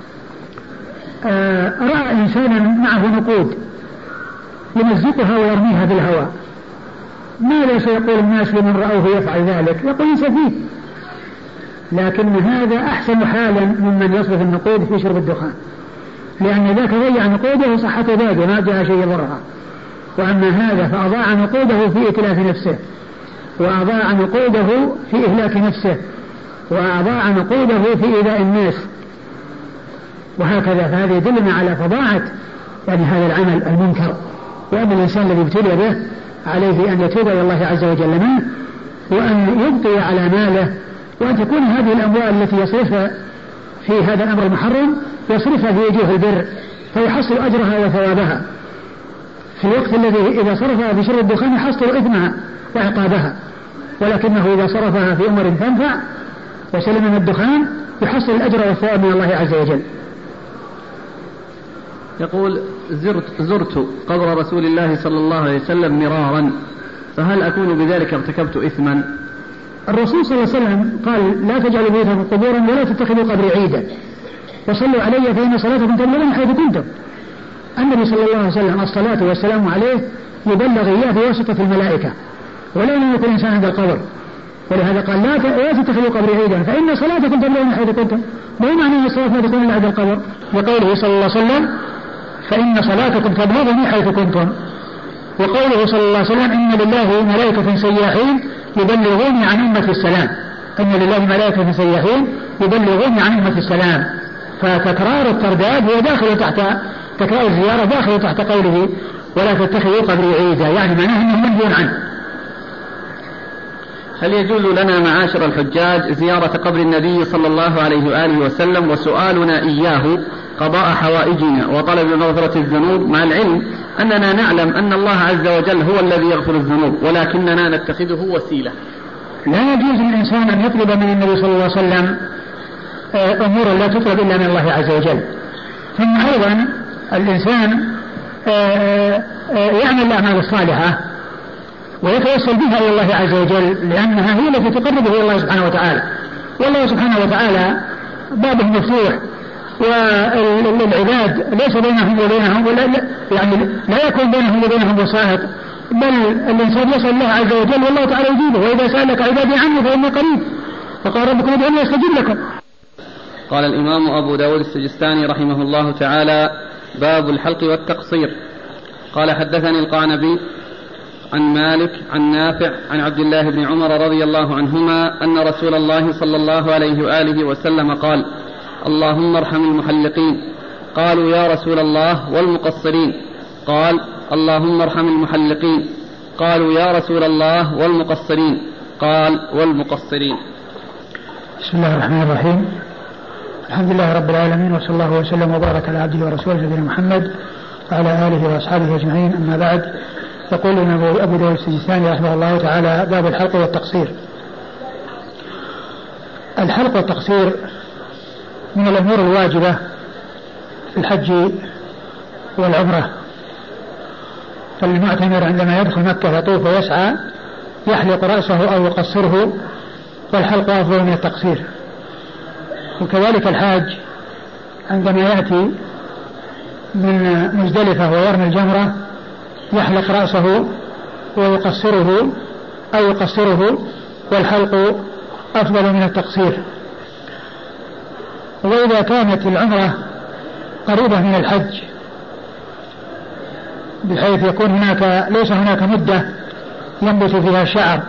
رأى إنسانا معه نقود يمزقها ويرميها في الهواء، ماذا سيقول الناس لمن رأوه يفعل ذلك؟ يقول سفيه. لكن هذا أحسن حالا ممن يصرف النقود في شرب الدخان، لأن ذاك ضيع نقوده وصحته باقية ما جاء شيء يضرها. وأما هذا فأضاع نقوده في إتلاف نفسه، وأضاع نقوده في إهلاك نفسه، وأضاع نقوده في إيذاء الناس، وهكذا. فهذا يدلنا على فظاعة يعني هذا العمل المنكر، وأن الإنسان الذي ابتلي به عليه أن يتوب إلى الله عز وجل منه، وأن يبقي على ماله، وأن تكون هذه الأموال التي يصرفها في هذا الأمر المحرم يصرفها في وجوه البر فيحصل أجرها وثوابها، في الوقت الذي إذا صرفها في شرب الدخان يحصل إثمها وعقابها. ولكنه إذا صرفها في أمر تنفع وسلم من الدخان يحصل الأجر والثواب من الله عز وجل. يقول زرت قبر رسول الله صلى الله عليه وسلم مرارا، فهل أكون بذلك ارتكبت إثما؟ الرسول صلى الله عليه وسلم قال لا تجعلوا بيوتكم قبورا ولا تتخذوا قبري عيدا وصلوا علي فإن صلاتكم تبلغني حيث كنتم. النبي صلى الله عليه وسلم الصلاة والسلام عليه يبلغ إياه بواسطة الملائكة، ولا يكون إنسان عند القبر، ولهذا قال لا تتخذوا قبري عيدا فإن صلاتكم تبلغني حيث كنتم. ما معنى أن الصلاة ما تكون إلا عند القبر؟ وقوله صلى الله عليه وسلم فإن صلاتكم تبلغني حيث كنتم، وقوله صلى الله عليه وسلم إن لله ملائكة سياحين يبلغوني عن أمة السلام، إن لله ملائكة سياحين يبلغوني عن أمة السلام. فتكرار الترداد هو داخل تحت تكرار الزيارة داخل تحت قوله ولا تتخذوا قبري عيدا، يعني معناه أنه منهي عنه. هل يجوز لنا معاشر الحجاج زيارة قبر النبي صلى الله عليه وآله وسلم وسؤالنا إياه قضاء حوائجنا وطلب مغفرة الذنوب، مع العلم أننا نعلم أن الله عز وجل هو الذي يغفر الذنوب ولكننا نتخذه وسيلة؟ لا يجوز للإنسان أن يطلب من النبي صلى الله عليه وسلم أمورا لا تطلب إلا من الله عز وجل. ثم أيضا الإنسان يعمل الأعمال الصالحة ويتوسل بها إلى الله عز وجل، لأنها هي التي تقربه إلى الله سبحانه وتعالى، والله سبحانه وتعالى بابه مفتوح، والعباد ليس بينهم وبينهم يعني لا يكون بينهم وبينهم وسائط، بل الإنسان يسأل الله عز وجل والله تعالى يجيبه، وإذا سألك عبادي عني فإني قريب فقال ربكم ادعوني أستجب لكم. قال الإمام أبو داود السجستاني رحمه الله تعالى باب الحلق والتقصير. قال حدثني القعنبي عن مالك عن نافع عن عبد الله بن عمر رضي الله عنهما أن رسول الله صلى الله عليه وآله وسلم قال اللهم ارحم المحلقين. قالوا يا رسول الله والمقصرين؟ قال اللهم ارحم المحلقين. قالوا يا رسول الله والمقصرين؟ قال والمقصرين. بسم الله الرحمن الرحيم، الحمد لله رب العالمين، وصلى الله وسلم وبارك على عبده ورسوله سيدنا محمد وعلى آله وأصحابه أجمعين. أما بعد، يقول لنا أبو داود السجستاني رحمه الله تعالى: باب الحلق والتقصير. الحلق والتقصير من الأمور الواجبة في الحج والعمرة، فالمعتمر عندما يدخل مكة يطوف ويسعى يحلق رأسه أو يقصره، والحلق أفضل من التقصير. وكذلك الحاج عندما يأتي من مزدلفة ويرمي الجمرة يحلق رأسه ويقصره أو يقصره، والحلق أفضل من التقصير. وإذا كانت العمرة قريبة من الحج بحيث يكون ليس هناك مدة ينبت فيها الشعر،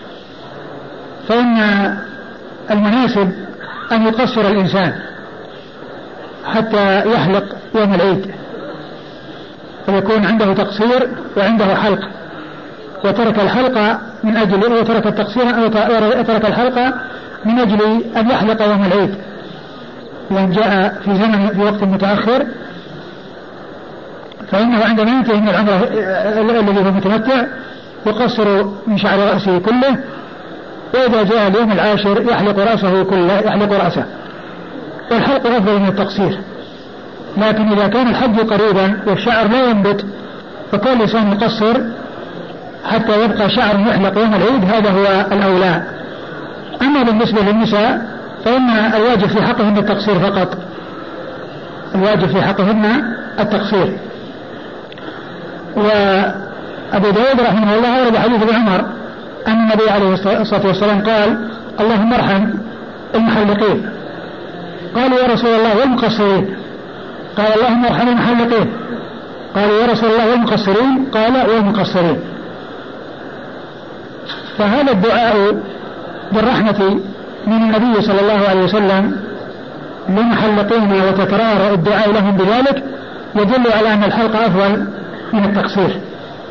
فإن المناسب أن يقصر الإنسان حتى يحلق يوم العيد، ويكون عنده تقصير وعنده حلق، وترك الحلق من أجل وترك التقصير وترك الحلق من أجل أن يحلق يوم العيد، لأن جاء في وقت متأخر، فإنه عندما ينتهي من العمرة الذي هو متمتع يقصر من شعر رأسه كله، وإذا جاء اليوم العاشر يحلق رأسه كله، يحلق رأسه، والحلق أفضل من التقصير. لكن إذا كان الحج قريبا والشعر لا ينبت فكل إنسان يقصر حتى يبقى شعر يحلق يوم العيد، هذا هو الأولى. أما بالنسبة للنساء فإن الواجب في حقهن التقصير فقط، الواجب في حقهن التقصير. وأبو داود رحمه الله ورد حديث ابن عمر أن النبي عليه الصلاة والسلام قال: اللهم ارحم المحلقين. قالوا: يا رسول الله والمقصرين؟ قال: اللهم ارحم المحلقين. قالوا: يا رسول الله والمقصرين؟ قال: والمقصرين. فهذا الدعاء بالرحمة من النبي صلى الله عليه وسلم للمحلقين وتكرار الدعاء لهم بذلك يدل على أن الحلق أفضل من التقصير،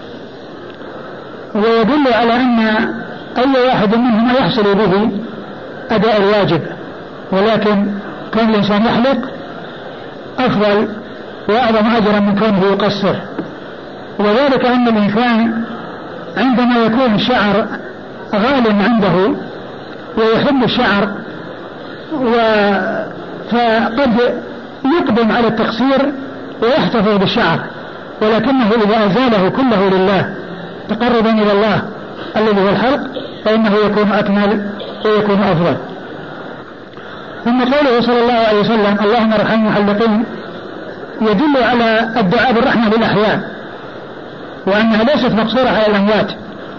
ويدل على أن أي واحد منهما يحصل به أداء الواجب، ولكن كون الإنسان يحلق أفضل وأعظم أجرا من كونه يقصر. وذلك أن الإنسان عندما يكون الشعر غال عنده ويحب الشعر فقد يقدم على التقصير ويحتفظ بالشعر، ولكنه إذا أزاله كله لله تقربا إلى الله الذي هو الحلق فإنه يكون أكمل ويكون أفضل. ثم قوله صلى الله عليه وسلم: اللهم ارحم المحلقين، يدل على الدعاء بالرحمة للأحياء، وأنها ليست مقصورة على الأموات،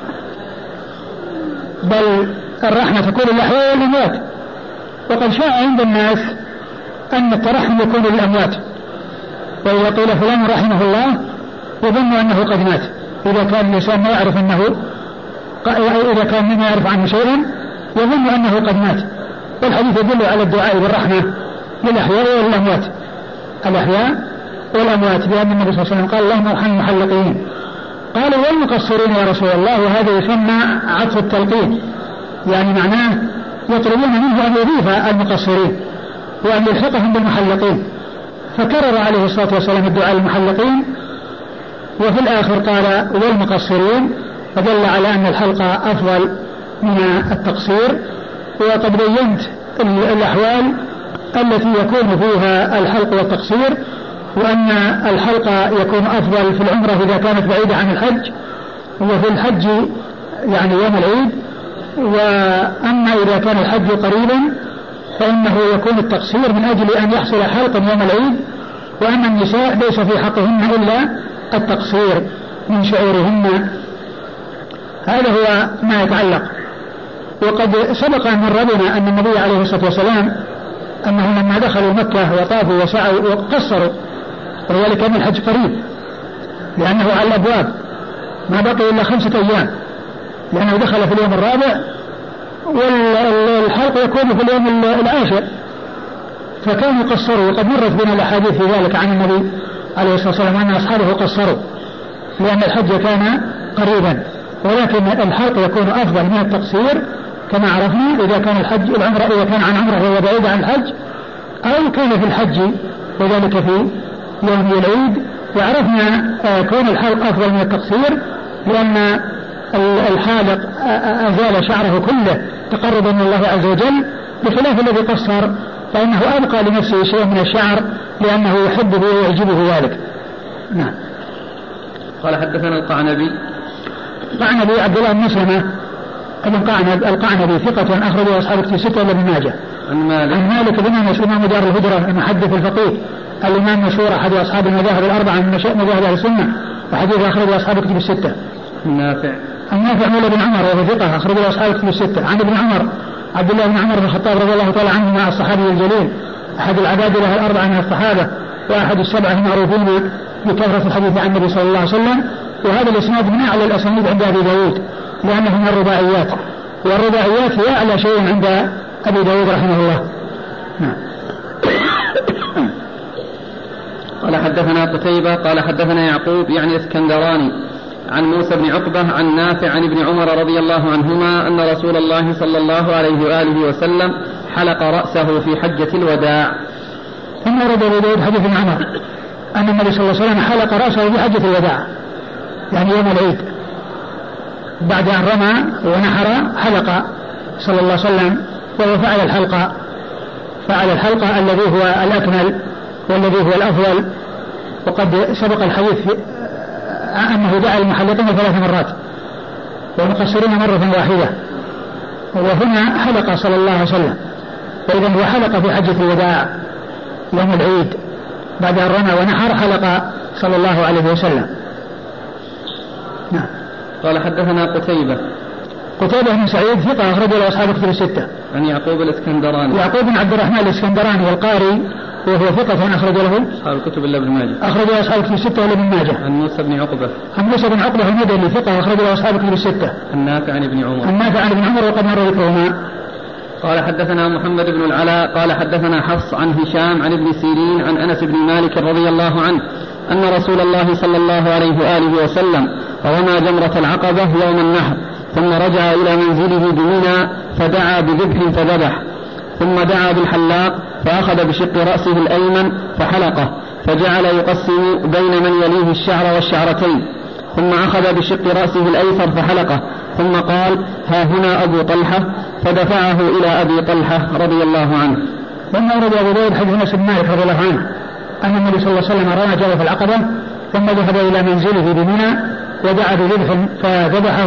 بل الرحمة تكون للأحياء والأموات. وقد شاء عند الناس أن الترحم يكون للأموات، وإذا قيل فلان رحمه الله يظن أنه قد مات، إذا كان الإنسان ما يعرف إذا كان مما يعرف عنه شيئا يظن أنه قد مات. والحديث يدل على الدعاء بالرحمة للأحياء والأموات، الأحياء والأموات، لأن النبي صلى الله عليه وسلم قال: اللهم ارحم المحلقين. قالوا: والمقصرين يا رسول الله؟ وهذا يسمى عطف التلقين، يعني معناه يطلبون منه أن يضيف المقصرين وأن يلحقهم بالمحلقين، فكرر عليه الصلاة والسلام الدعاء للمحلقين، وفي الآخر قال: والمقصرين، فدل على أن الحلق أفضل من التقصير. وقد بينت الأحوال التي يكون فيها الحلق والتقصير، وأن الحلق يكون أفضل في العمرة إذا كانت بعيدة عن الحج، وفي الحج يعني يوم العيد. وأما إذا كان الحج قريبا فإنه يكون التقصير من أجل أن يحصل حلق يوم العيد. وأما النساء ليس في حقهن إلا التقصير من شعورهن. هذا هو ما يتعلق. وقد سبق أن مر بنا أن النبي عليه الصلاة والسلام أنه لما دخلوا مكة وطافوا وسعوا وقصروا، وذلك أن الحج قريب لأنه على الأبواب، ما بقي إلا 5 أيام، لأنه دخل في اليوم الرابع والحلق يكون في اليوم العاشر، فكانوا يقصروا. وقد مرت بنا الأحاديث في ذلك عن النبي عليه الصلاة والسلام أن أصحابه قصروا لأن الحج كان قريبا، ولكن الحلق يكون أفضل من التقصير كما عرفنا إذا كان العمرة إذا كان عن عمره وهو بعيد عن الحج، أو كان في الحج وذلك في يوم العيد وعرفنا كون الحلق أفضل من التقصير لأن الحالق أزال شعره كله تقربا من الله عز وجل، بخلاف الذي قصر فإنه أبقى لنفسه شيء من الشعر لأنه يحبه ويعجبه ذلك. نعم. قال حدثنا القعنبي عبد الله بن مسلمة ابن قعنب القعنبي ثقة أخرجه أصحاب كتب الستة وابن ماجه. عن مالك بن أنس إمام دار الهجرة المحدث الفقيه الإمام مشهور أحد أصحاب المذاهب الأربعة من مذاهب أهل السنة وحديث أخرجه أصحاب كتب الستة. النافع مولى بن عمر وهو ثقة أخرجه أصحاب كتب الستة. عن ابن عمر عبد الله بن عمر بن الخطاب رضي الله تعالى عنه مع الصحابي الجليل أحد العبادلة الأربعة من الصحابة وأحد السبعة المعروفين بكثرة الحديث عن النبي صلى الله عليه وسلم. وهذا الإسناد من أعلى الأسانيد عند أبي داود لأنه من الرباعيات، والرباعيات هي أعلى شيء عند أبي داود رحمه الله. قال حدثنا قتيبة قال حدثنا يعقوب يعني اسكندراني عن موسى بن عقبة عن نافع عن ابن عمر رضي الله عنهما أن رسول الله صلى الله عليه وآله وسلم حلق رأسه في حجة الوداع. ثم ورد أبي داود حديث ابن عمر أن النبي صلى الله عليه وسلم حلق رأسه في حجة الوداع يعني يوم العيد، بعد أن رمى ونحر حلق صلى الله عليه وسلم، وهو فعل الحلقة الذي هو الأكمل والذي هو الأفضل. وقد سبق الحديث أنه دعا المحلقين 3 مرات والمقصرين مرة واحدة، وهنا حلق صلى الله عليه وسلم، وإذا هو حلق في حجة الوداع يوم العيد بعد أن رمى ونحر حلق صلى الله عليه وسلم. نعم. قال حدثنا قتيبة بن سعيد ثقة أخرج له أصحاب كتب الستة. عن يعقوب الاسكندراني يعقوب بن عبد الرحمن الاسكندراني القاري وهو ثقة أخرج له أصحاب الكتب إلا ابن ماجه. أخرج له أصحاب كتب الستة ولا ابن ماجه. عن موسى بن عقبة المدني ثقة أخرج له أصحاب كتب الستة. النافع عن ابن عمر وقد مر ذكرهما. قال حدثنا محمد بن العلاء قال حدثنا حفص عن هشام عن ابن سيرين عن أنس بن مالك رضي الله عنه أن رسول الله صلى الله عليه وآله وسلم رمى جمرة العقبة يوم النحر ثم رجع إلى منزله بمنى فدعا بذبح فذبح، ثم دعا بالحلاق فأخذ بشق رأسه الأيمن فحلقه فجعل يقسم بين من يليه الشعر والشعرتين، ثم أخذ بشق رأسه الأيسر فحلقه، ثم قال ها هنا أبو طلحة فدفعه إلى أبي طلحة رضي الله عنه. ثم أورد أبو داود حديث أنس بن مالك رضي الله عنه أن النبي صلى الله عليه وسلم رمى جمرة العقبة ثم ذهب إلى منزله بمنى ودعا بذبح فذبحه،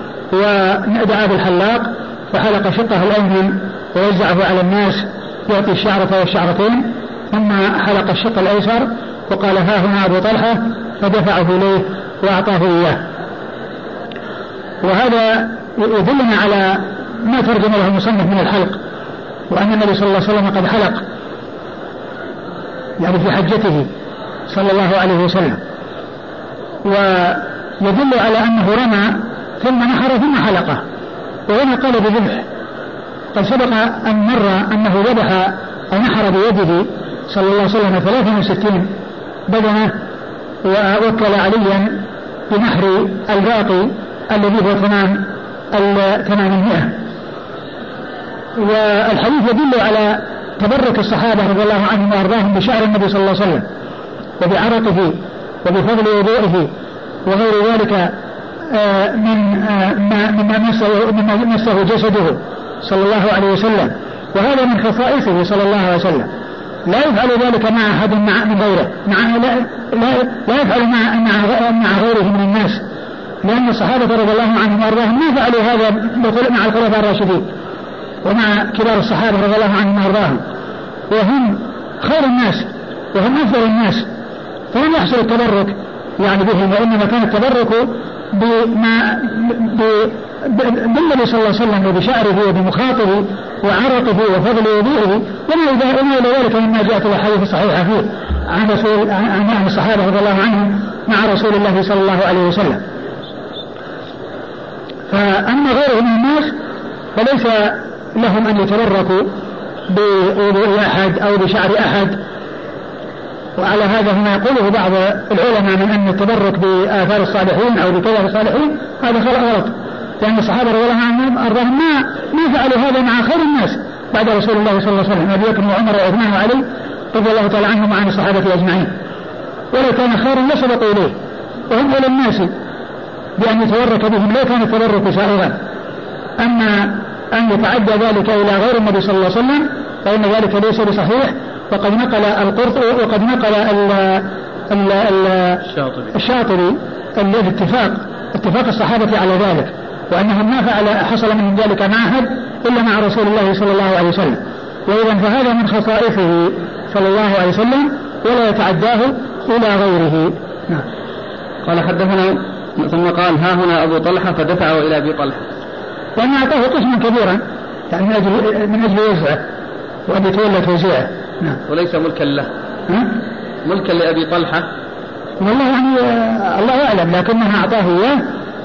ودعا بالحلاق فحلق شقه الأيمن ووزعه على الناس يعطي الشعرة والشعرتين، ثم حلق الشق الأيسر وقال ها هنا أبو طلحة فدفعه إليه وأعطاه إياه. وهذا يدلنا على ما ترجم له المصنف من الحلق، وأن النبي صلى الله عليه وسلم قد حلق يعني في حجته صلى الله عليه وسلم، ويدل على أنه رمى ثم نحر ثم حلقه، وهنا قال بذبح. قد سبق أن مر أنه ذبح أو نحر بيده صلى الله عليه وسلم 63 بدنة، ووكل عليا بنحر الباقي الذي هو 800. والحديث يدل على تبرك الصحابة رضي الله عنهم وأرضاهم بشعر النبي صلى الله عليه وسلم وبعرقه وبفضل وضوئه وغير ذلك مما مسه جسده صلى الله عليه وسلم، وهذا من خصائصه صلى الله عليه وسلم. لا يفعل ذلك مع أحد من غيره، لا يفعل مع غيره من الناس، لأن الصحابة رضي الله عنهم وأرضاهم ما فعلوا هذا مع الخلفاء الراشدين ومع كبار الصحابة رضي الله عنهم وأرضاهم، وهم خير الناس وهم أفضل الناس، فلم يحصل التبرك يعني بهم، وإنما كان التبرك بالنبي صلى الله عليه وسلم وبشعره وبمخاطه وعرقه وفضل وضوئه وما إلى ذلك مما جاءت الأحاديث الصحيحة فيه عن الصحابة رضي الله عنهم مع رسول الله صلى الله عليه وسلم. فأما غيرهم من الناس فليس لهم أن يتبركوا بوضوء أحد أو بشعر أحد. وعلى هذا هنا يقوله بعض العلماء من أن التبرك بآثار الصالحين أو بكلام الصالحين هذا غلط، لأن الصحابة رضي الله عنهم أرضاهم ما فعلوا هذا مع خير الناس بعد رسول الله صلى الله عليه وسلم، أبي بكر وعمر وعثمان وعلي رضي الله تعالى عنهم وعن الصحابة أجمعين. ولو كان خيرا لسبقوا إليه، وهم أولى الناس بأن يتورك بهم لو كان التبرك سائغا. أما أن يتعدى ذلك إلى غير النبي صلى الله عليه وسلم فإن ذلك ليس بصحيح. وقد نقل القرطبي وقد نقل الشاطبي اتفاق الصحابة على ذلك، وأنهم ما حصل من ذلك معهد إلا مع رسول الله صلى الله عليه وسلم. وإذا فهذا من خصائصه صلى الله عليه وسلم ولا يتعداه إلى غيره. نعم. قال حدثنا ثم قال ها هنا أبو طلحة فدفعه إلى أبي طلحة، وأن أعطاه قسما كبيرا يعني من أجل وزعه وأن يتولى توزيعه. نعم. وليس ملكا له. ملكا لأبي طلحة والله يعني الله أعلم، لكنها أعطاه إياه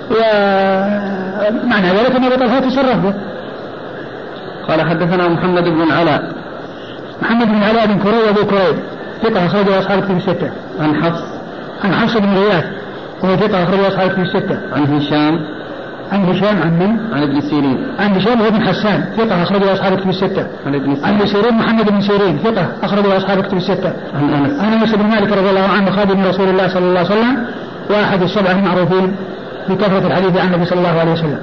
ومعنى ذلك أن أبي طلحة تصرف به. قال حدثنا محمد بن العلاء بن كريب أبو كريب ثقة أخرجه أصحاب الكتب الستة. عن حفص بن غياث وهو ثقة أخرجه أصحاب الكتب الستة. عن هشام عن من؟ عن ابن سيرين. عن هشام بن حسان ثقة أخرجه أصحاب الكتب الستة. عن ابن سيرين محمد بن سيرين ثقة أخرجه أصحاب الكتب الستة. عن أنس بن مالك رضي الله عنه خادم رسول الله صلى الله عليه وسلم وأحد السبعة المعروفين بكثرة الحديث عن النبي صلى الله عليه وسلم.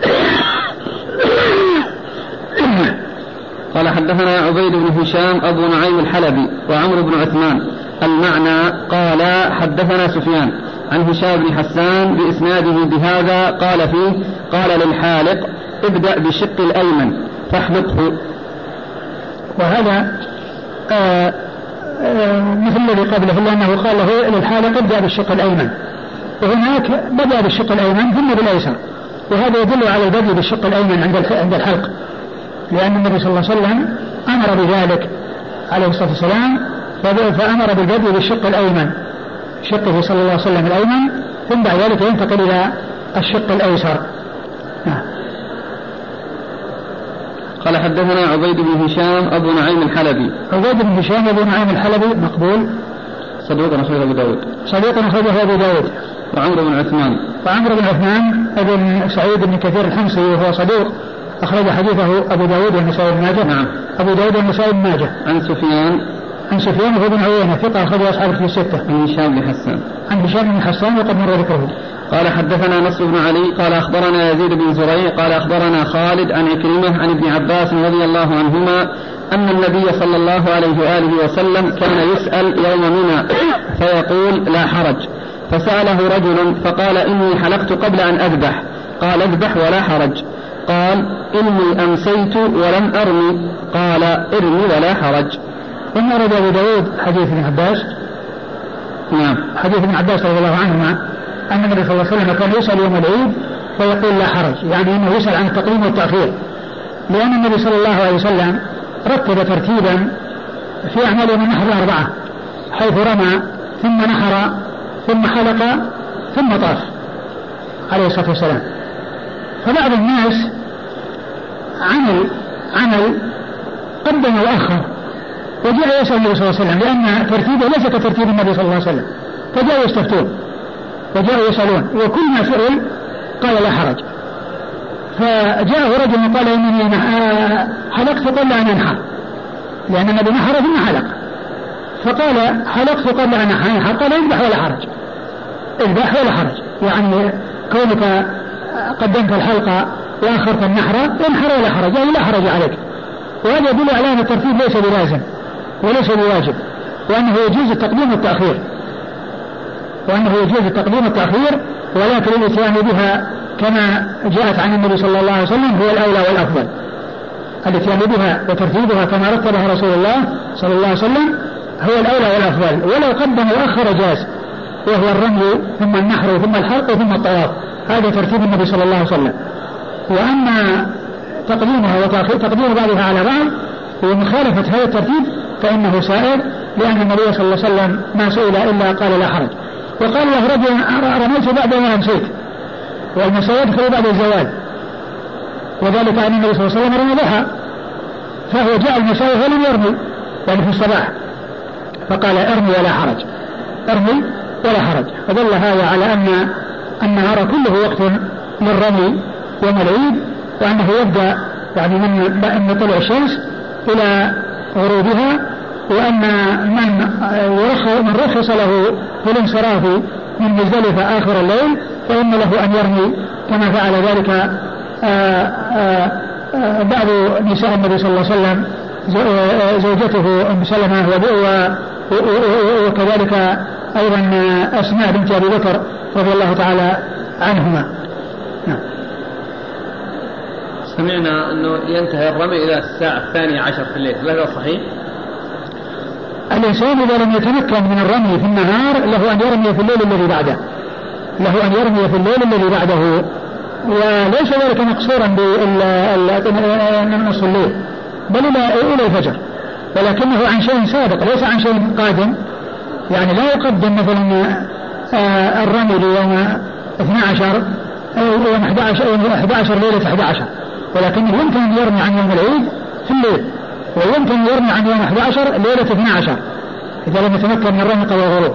قال حدثنا عبيد بن هشام أبو نعيم الحلبي وعمرو بن عثمان المعنى قال حدثنا سفيان عن هشام بن حسان بإسناده بهذا قال فيه قال للحالق ابدأ بالشق الأيمن فاحلقه. وهذا مثل الذي قبله لأنه قال له للحالق ابدأ بالشق الأيمن، وهناك بدأ بالشق الأيمن ثم بالأيسر، وهذا يدل على البدء بالشق الأيمن عند الحلق، لأن النبي صلى الله عليه وسلم أمر بذلك عليه الصلاة والسلام، فأمر بالبدء بالشق الأيمن شقه صلى الله عليه وسلم الأيمن ثم بعد ذلك ينتقل إلى الشق الأيسر. قال حدثنا عبيد بن هشام أبو نعيم الحلبي. عبيد بن هشام أبو نعيم الحلبي مقبول صدوق أخرجه أبو داود. وعمرو بن عثمان ابن سعيد بن كثير الحمصي وهو صدوق أخرج حديثه أبو داود والنسائي بن ماجه. نعم. أبو داود والنسائي بن ماجه. عن سفيان وهو بن عيينة ثقة أخرج أصحاب الكتب الستة. عن هشام بن حسان وقد مر ذكره. قال حدثنا نصر بن علي قال أخبرنا يزيد بن زريع قال أخبرنا خالد عن عكرمة عن ابن عباس رضي الله عنهما أن النبي صلى الله عليه وآله وسلم كان يسأل يوم منى فيقول لا حرج، فسأله رجل فقال إني حلقت قبل أن أذبح، قال اذبح ولا حرج، قال إني أمسيت ولم أرمي، قال ارمي ولا حرج. ثم أرد أبو داود حديث ابن عباس. نعم. حديث ابن عباس رضي الله عنهما أن النبي صلى الله عليه وسلم كان يسأل يوم العيد فيقول لا حرج، يعني أنه يسأل عن التقديم والتأخير، لأن النبي صلى الله عليه وسلم رتب ترتيبا في أعمال يوم النحر 4 حيث رمى ثم نحر ثم حلق ثم طاف عليه الصلاة والسلام. فبعض الناس عمل قدم وأخر وجاء يسأل النبي صلى الله عليه وسلم لأن ترتيبه ليس كترتيب النبي صلى الله عليه وسلم، فجاءوا يستفتون وجاءوا يسألون وكل ما سئل قال لا حرج. فجاءه رجل وقال إنني حلقت قبل أن أنحر، لأن النبي نحر ثم حلق، فقال حلقت قبل أن أنحر، قال اذبح ولا حرج، يعني كونك قدمت الحلقة وآخرت النحر انحر ولا حرج، يعني لا حرج عليك. وهذا يدل على أن الترتيب ليس بلازم وليس بواجب، وأنه يجوز التقديم والتأخير، ولكن الاتيان بها كما جاءت عن النبي صلى الله عليه وسلم هو الأولى والأفضل. الاتيان بها وترتيبها كما رتبها رسول الله صلى الله عليه وسلم هو الأولى والأفضل، ولو قدم وأخر جاز، وهو الرمي ثم النحر ثم الحلق ثم الطواف، هذا ترتيب النبي صلى الله عليه وسلم. وأما تقديمها وتقديم بعضها على بعض ومخالفة هذا الترتيب فإنه سائر، لأن النبي صلى الله عليه وسلم ما سئل إلا قال لا حرج. وقال له رجل رميت بعد ما أمسيت، والمساء يدخل بعد الزوال، وذلك أن النبي صلى الله عليه وسلم رمى ضحى، فهو جاء المساء ولم يرمي يعني في الصباح، فقال ارمي ولا حرج. فدل هذا على أن النهار كله وقت للرمي يوم العيد، وأنه يبدأ يعني من طلوع الشمس إلى غروبها، وأن من رخص له في الانصراف من مزدلفة آخر الليل فإن له أن يرمي كما فعل ذلك بعض نساء النبي صلى الله عليه وسلم زوجته أم سلمة وكذلك أيضا أسماء بنت أبي بكر رضي الله تعالى عنهما. سمعنا أنه ينتهي الرمي إلى الساعة 12 في الليل، هذا صحيح؟ الإنسان إذا لم يتمكن من الرمي في النهار له أن يرمي في الليل الذي بعده، له أن يرمي في الليل الذي بعده، وليس ذلك مقصورا بنصف الليل بل إلى الفجر، ولكنه عن شيء سابق ليس عن شيء قادم. يعني لا يقدم مثلا الرمي ليوم 12 أو يوم 11 ليلة 11، ولكنه يمكن أن يرمي عن يوم العيد في الليل، ويمكن أن يرمي عن يوم 11 ليلة 12 إذا لم يتمكن من الرمي قبل الغروب.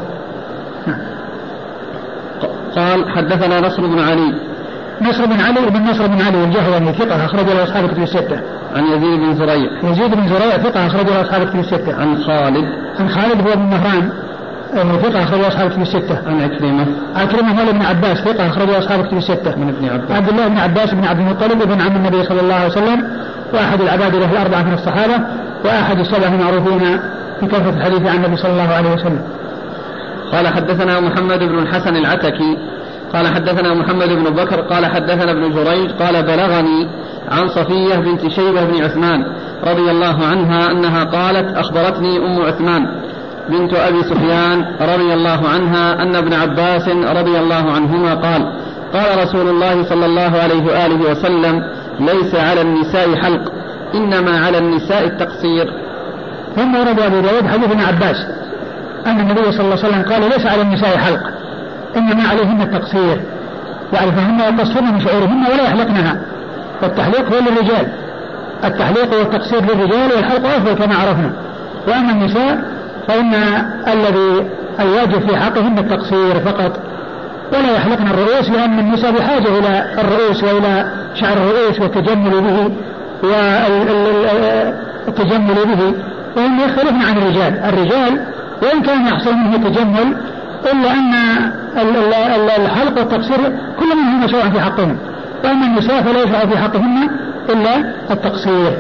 قال حدثنا نصر بن علي بن نصر بن علي الجهضمي ثقة أخرج له أصحاب الكتب الستة. عن يزيد بن زريع ثقة أخرج له أصحاب الكتب الستة. عن خالد هو بن مهران ثقة أخرج له أصحاب الكتب الستة. عن عكرمة مولى بن عباس ثقة أخرج له أصحاب الكتب الستة. من ابن عباس عبد الله بن عباس بن عبد المطلب ابن عم النبي صلى الله عليه وسلم، وأحد العبادلة الأربعة من الصحابة، وأحد السبع المعروفين بكثرة الحديث عن النبي صلى الله عليه وسلم. قال حدثنا محمد بن الحسن العتكي قال حدثنا محمد بن بكر قال حدثنا ابن جريج قال بلغني عن صفية بنت شيبة بن عثمان رضي الله عنها أنها قالت أخبرتني أم عثمان بنت أبي سفيان رضي الله عنها أن ابن عباس رضي الله عنهما قال قال رسول الله صلى الله عليه وآله وسلم ليس على النساء حلق إنما على النساء التقصير. ثم ورد أبو داود حديث ابن عباس أن النبي صلى الله عليه وسلم قال ليس على النساء حلق إنما عليهن التقصير، يعني فهن يقصرن من شعورهن ولا يحلقنها، والتحليق هو للرجال، التحليق والتقصير للرجال والحلق أفضل كما عرفنا. وأما النساء فإن الذي الواجب في حقهن التقصير فقط ولا يحلقن الرؤوس، لأن النساء بحاجة إلى الرؤوس وإلى شعر الرؤوس والتجمل به وهم يختلفن عن الرجال وإن كان يحصل منه تجمل إلا أن الحلق والتقصير كل منهما شرع في حقهم، وأما النساء فلا يشرع في حقهن إلا التقصير.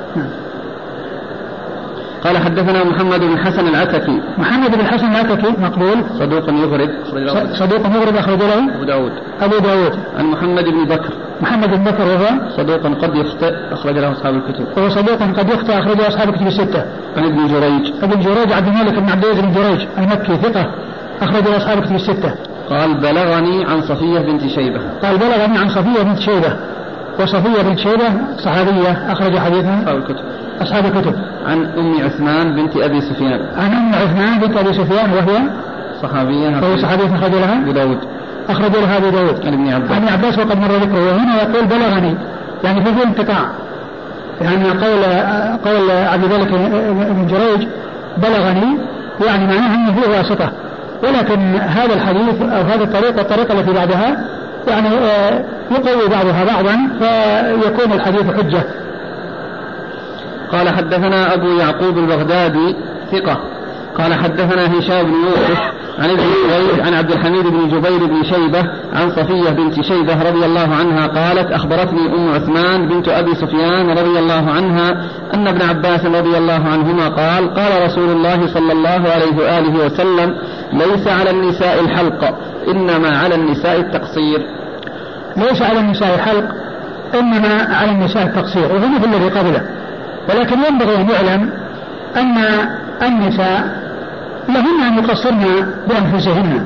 قال حدثنا محمد بن الحسن العتكي مقبول صدوق يغرب أخرج له أبو داود. عن محمد بن بكر وهو صدوق قد يخطئ أخرج له أصحاب الكتب. أخرج له أصحاب الكتب الستة. عن ابن جريج عبد الملك بن عبد العزيز بن جريج المكي ثقة أخرج له أصحاب الكتب الستة. قال بلغني عن صفية بنت شيبة وصفية بنت شيبة صحابية أخرج حديثها أصحاب الكتب. عن أم عثمان بنت أبي سفيان وهي صحابية أخرج لها أبو داود. عن ابن عباس وقد مر ذكره. وهنا يقول بلغني يعني في انقطاع، لأن قول عبد الملك بن جريج بلغني يعني معناه أنه فيه واسطة، ولكن هذا الحديث أو هذه الطريقة التي بعدها يعني يقوي بعضها بعضا فيكون الحديث حجة. قال حدثنا أبو يعقوب البغدادي ثقة قال حدثنا هشام بن يوسف عن ابن جريج عن عبد الحميد بن جبير بن شيبة عن صفية بنت شيبة رضي الله عنها قالت أخبرتني أم عثمان بنت أبي سفيان رضي الله عنها أن ابن عباس رضي الله عنهما قال قال رسول الله صلى الله عليه وآله وسلم ليس على النساء الحلق إنما على النساء التقصير. ليس على النساء حلق إنما على النساء التقصير، وهو مثل الذي قبله، ولكن ينبغي أن يعلم أن النساء لهن أن يقصرن بأنفسهن،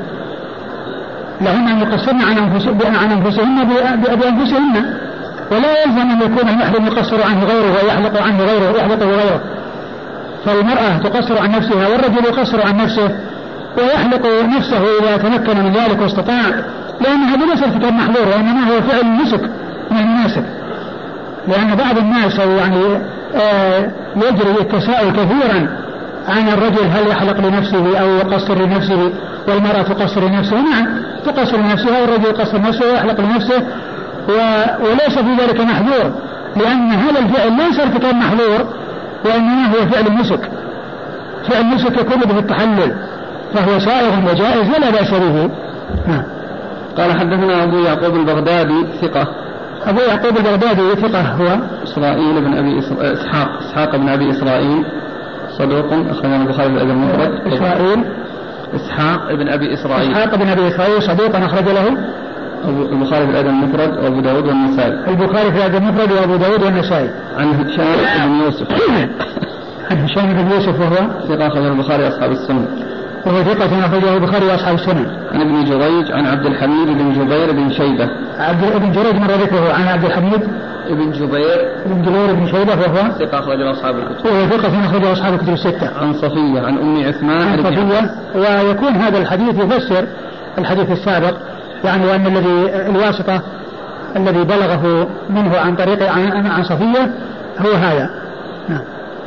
عن أنفسهن بأنفسهن، ولا يلزم أن يكون المحرم يقصر عنه غيره ويحلق عنه غيره. فالمرأة تقصر عن نفسها والرجل يقصر عن نفسه ويحلق نفسه إذا تمكن من ذلك واستطاع، لأن هذا ليس ارتكاب محظور، وإنما هو فعل نسك من المناسك. لأن بعض الناس يعني يجري التساؤل كثيرا عن الرجل هل يحلق لنفسه أو يقصر لنفسه، والمرأة تقصر لنفسها. نعم تقصر لنفسها والرجل يقصر لنفسه ويحلق لنفسه، وليس في ذلك محظور، لأن هذا الفعل ليس ارتكاب محظور وإنما هو فعل نسك. فعل نسك يكون به التحلل فهو سائغ وجائز ولا بأس به. قال حدثنا أبو يعقوب البغدادي ثقة. أبو يعقوب البغدادي ثقة هو إسرائيل بن أبي إسحاق بن أبي إسرائيل صدوق أخرجه البخاري في الأدب المفرد. إسحاق بن أبي إسرائيل صدوق أخرج له البخاري في الأدب المفرد وأبو داود والنسائي. البخاري في الأدب المفرد وأبو داود والنسائي. عن هشام بن يوسف. عن هشام بن يوسف وهو ثقة أخرجه البخاري أصحاب السنة. وهو ثقة أخرجه البخاري وأصحاب السنة. عن ابن جريج عن عبد الحميد بن جبير بن شيبة. ابن جريج مر ذكره عن عبد الحميد بن جبير بن شيبة وهو ثقة أخرجه أصحاب الكتب. وهو ثقة أخرجه أصحاب الكتب الستة. عن صفية عن أم عثمان. عن صفية. ويكون هذا الحديث يفسر الحديث السابق يعني وأن الواسطة الذي بلغه منه عن طريق عن صفية هو هذا. نعم.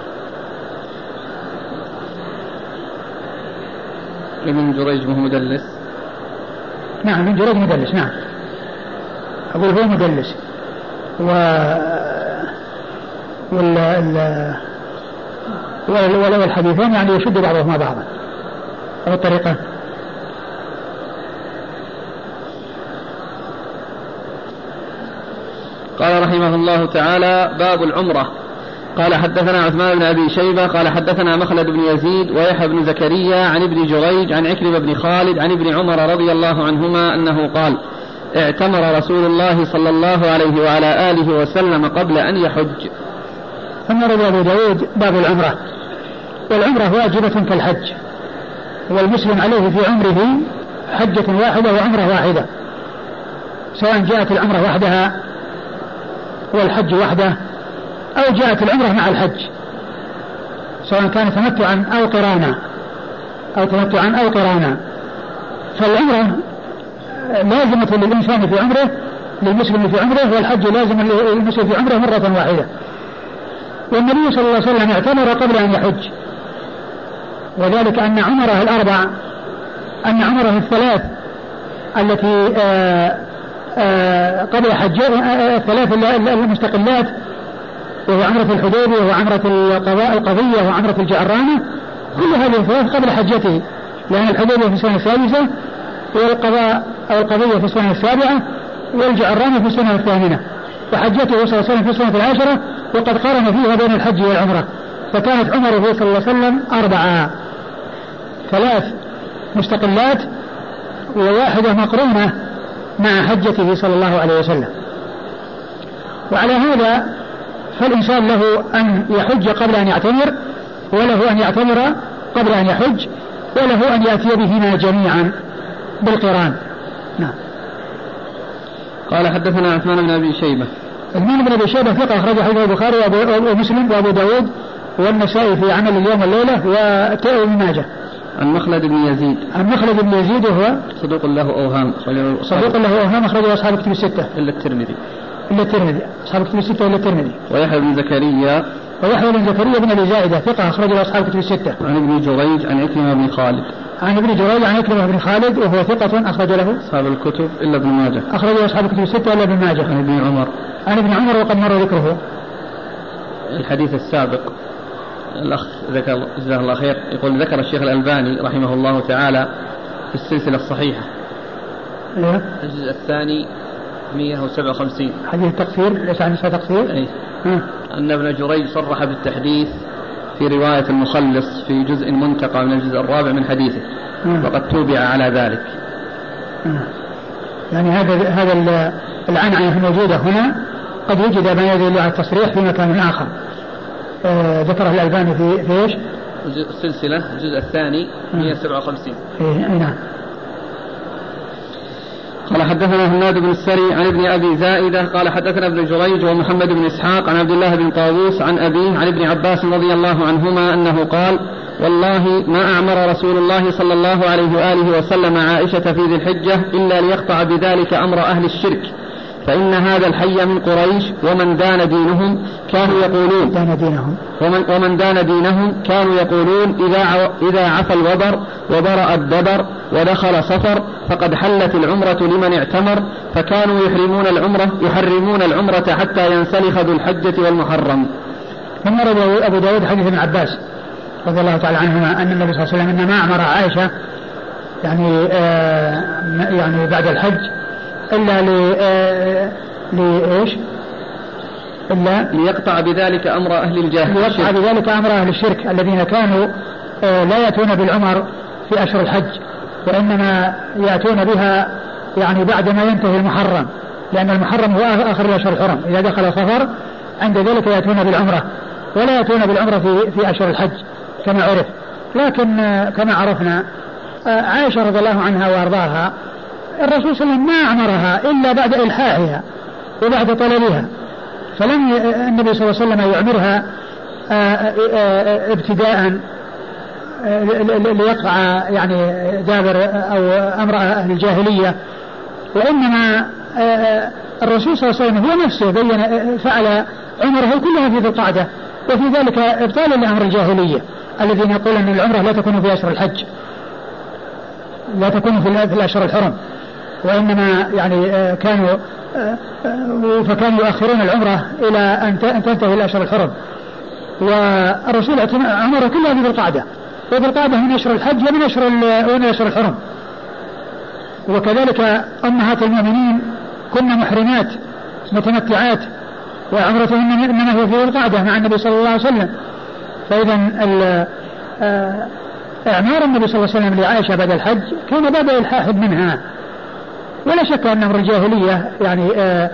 ابن جريج وهو مدلس. نعم ابن جريج مدلس. نعم أقول هو مدلس. والحديثان يعني يشد بعضهما بعضا أو الطريقة. قال رحمه الله تعالى باب العمرة. قال حدثنا عثمان بن أبي شيبة قال حدثنا مخلد بن يزيد ويحيى بن زكريا عن ابن جريج عن عكرمة بن خالد عن ابن عمر رضي الله عنهما أنه قال اعتمر رسول الله صلى الله عليه وعلى آله وسلم قبل أن يحج. ثم روى أبو داود باب العمرة. والعمرة واجبة كالحج والمسلم عليه في عمره حجة واحدة وعمرة واحدة سواء جاءت العمرة وحدها والحج وحده أو جاءت العمرة مع الحج سواء كان تمتعا أو قرانا فالعمرة لازمة للإنسان في عمره للمسلم في عمره والحج لازم للمسلم في عمره مرة واحدة. والنبي صلى الله عليه وسلم اعتمر قبل أن يحج وذلك أن عمره الثلاث التي قبل حجه الثلاث المستقلات وهو عمرة الحديبية وعمرة القضية وعمرة الجعرانة كل هذه الثلاث قبل حجته لأن الحديبية في السنة السادسة والقضية في السنة السابعة والجعرانة في السنة الثامنة وحجته صلى الله عليه وسلم في السنة العاشرة وقد قارن فيها بين الحج والعمرة فكانت عمره صلى الله عليه وسلم 4 3 مستقلات وواحدة مقرونة مع حجته صلى الله عليه وسلم. وعلى هذا فالإنسان له أن يحج قبل أن يعتمر وله أن يعتمر قبل أن يحج وله أن يأتي بهما جميعا بالقران. نعم. قال حدثنا عثمان بن أبي شيبة. عثمان بن أبي شيبة ثقة أخرج حديث البخاري ومسلم وأبو داود والنسائي في عمل اليوم والليلة وابن ماجه. عن مخلد بن يزيد وهو صدوق له أوهام أخرجه أصحاب الكتب الستة إلا الترمذي أصحاب الكتب الستة إلا الترمذي. ويحيى بن زكريا بن أبي زائدة ثقة أخرجه أصحاب الكتب الستة. عن ابن جريج عن عكرمة بن خالد وهو ثقة أخرج له أصحاب الكتب إلا ابن ماجه. أخرجه أصحاب الكتب الستة إلا ابن ماجه. عن ابن عمر وقد مر ذكره. الحديث السابق الأخ جزاه الله خير يقول ذكر الشيخ الألباني رحمه الله تعالى في السلسلة الصحيحة الجزء الثاني 157 حديث التقصير ليس عن تقصير أن ابن جريج صرح بالتحديث في رواية المخلص في جزء منتقى من الجزء الرابع من حديثه وقد توبع على ذلك. يعني هذا العنعنة الموجودة هنا قد وجد ما يدل على التصريح في مكان آخر ذكره الألباني في ايش؟ السلسلة الجزء الثاني 157. نعم. قال حدثنا هناد بن السري عن ابن أبي زائدة قال حدثنا ابن جريج ومحمد بن إسحاق عن عبد الله بن طاووس عن أبيه عن ابن عباس رضي الله عنهما أنه قال والله ما أعمر رسول الله صلى الله عليه وآله وسلم عائشة في ذي الحجة إلا ليقطع بذلك أمر أهل الشرك فإن هذا الحي من قريش ومن دان دينهم كانوا يقولون إذا عفى الوبر وبرأ الدبر ودخل صفر فقد حلت العمرة لمن اعتمر فكانوا يحرمون العمرة حتى ينسلخ ذو الحجة والمحرم. ثم روى أبو داود حديث ابن عباس رضي الله تعالى عنهما أن النبي صلى الله عليه وسلم إنما أمر عائشة يعني بعد الحج إلا لإيش؟ إلا ليقطع بذلك أمر أهل الجاهلية، ليقطع بذلك أمر أهل الشرك الذين كانوا لا يأتون بالعمر في أشهر الحج، وإنما يأتون بها يعني بعد ما ينتهي المحرم، لأن المحرم هو آخر الأشهر الحرم، إذا دخل صفر عند ذلك يأتون بالعمرة، ولا يأتون بالعمرة في أشهر الحج كما عرف. لكن كما عرفنا عائشة رضي الله عنها وأرضاها الرسول صلى الله عليه وسلم ما أمرها إلا بعد إلحاحها وبعد طلبها، فلم النبي صلى الله عليه وسلم يعمرها ابتداء ليقطع يعني دابر أو أمر أهل الجاهلية، وإنما الرسول صلى الله عليه وسلم هو نفسه فعل عمره كلها في ذي القعدة، وفي ذلك إبطالا لأمر الجاهلية الذين يقول أن العمرة لا تكون في أشهر الحج، لا تكون في الأشهر الحرم، وإنما يعني فكانوا يؤخرون العمرة إلى أن تنتهي الأشهر الحرم، والرسول عمره كلها في ذي القعدة، وذي القعدة من أشهر الحج ومن أشهر الحرم. وكذلك أمهات المؤمنين كن محرمات متمتعات، وعمرتهن إنما هي في ذي القعدة مع النبي صلى الله عليه وسلم. فإذا إعمار النبي صلى الله عليه وسلم لعائشة بعد الحج كان بعد إلحاح منها، ولا شك أن أمر الجاهلية يعني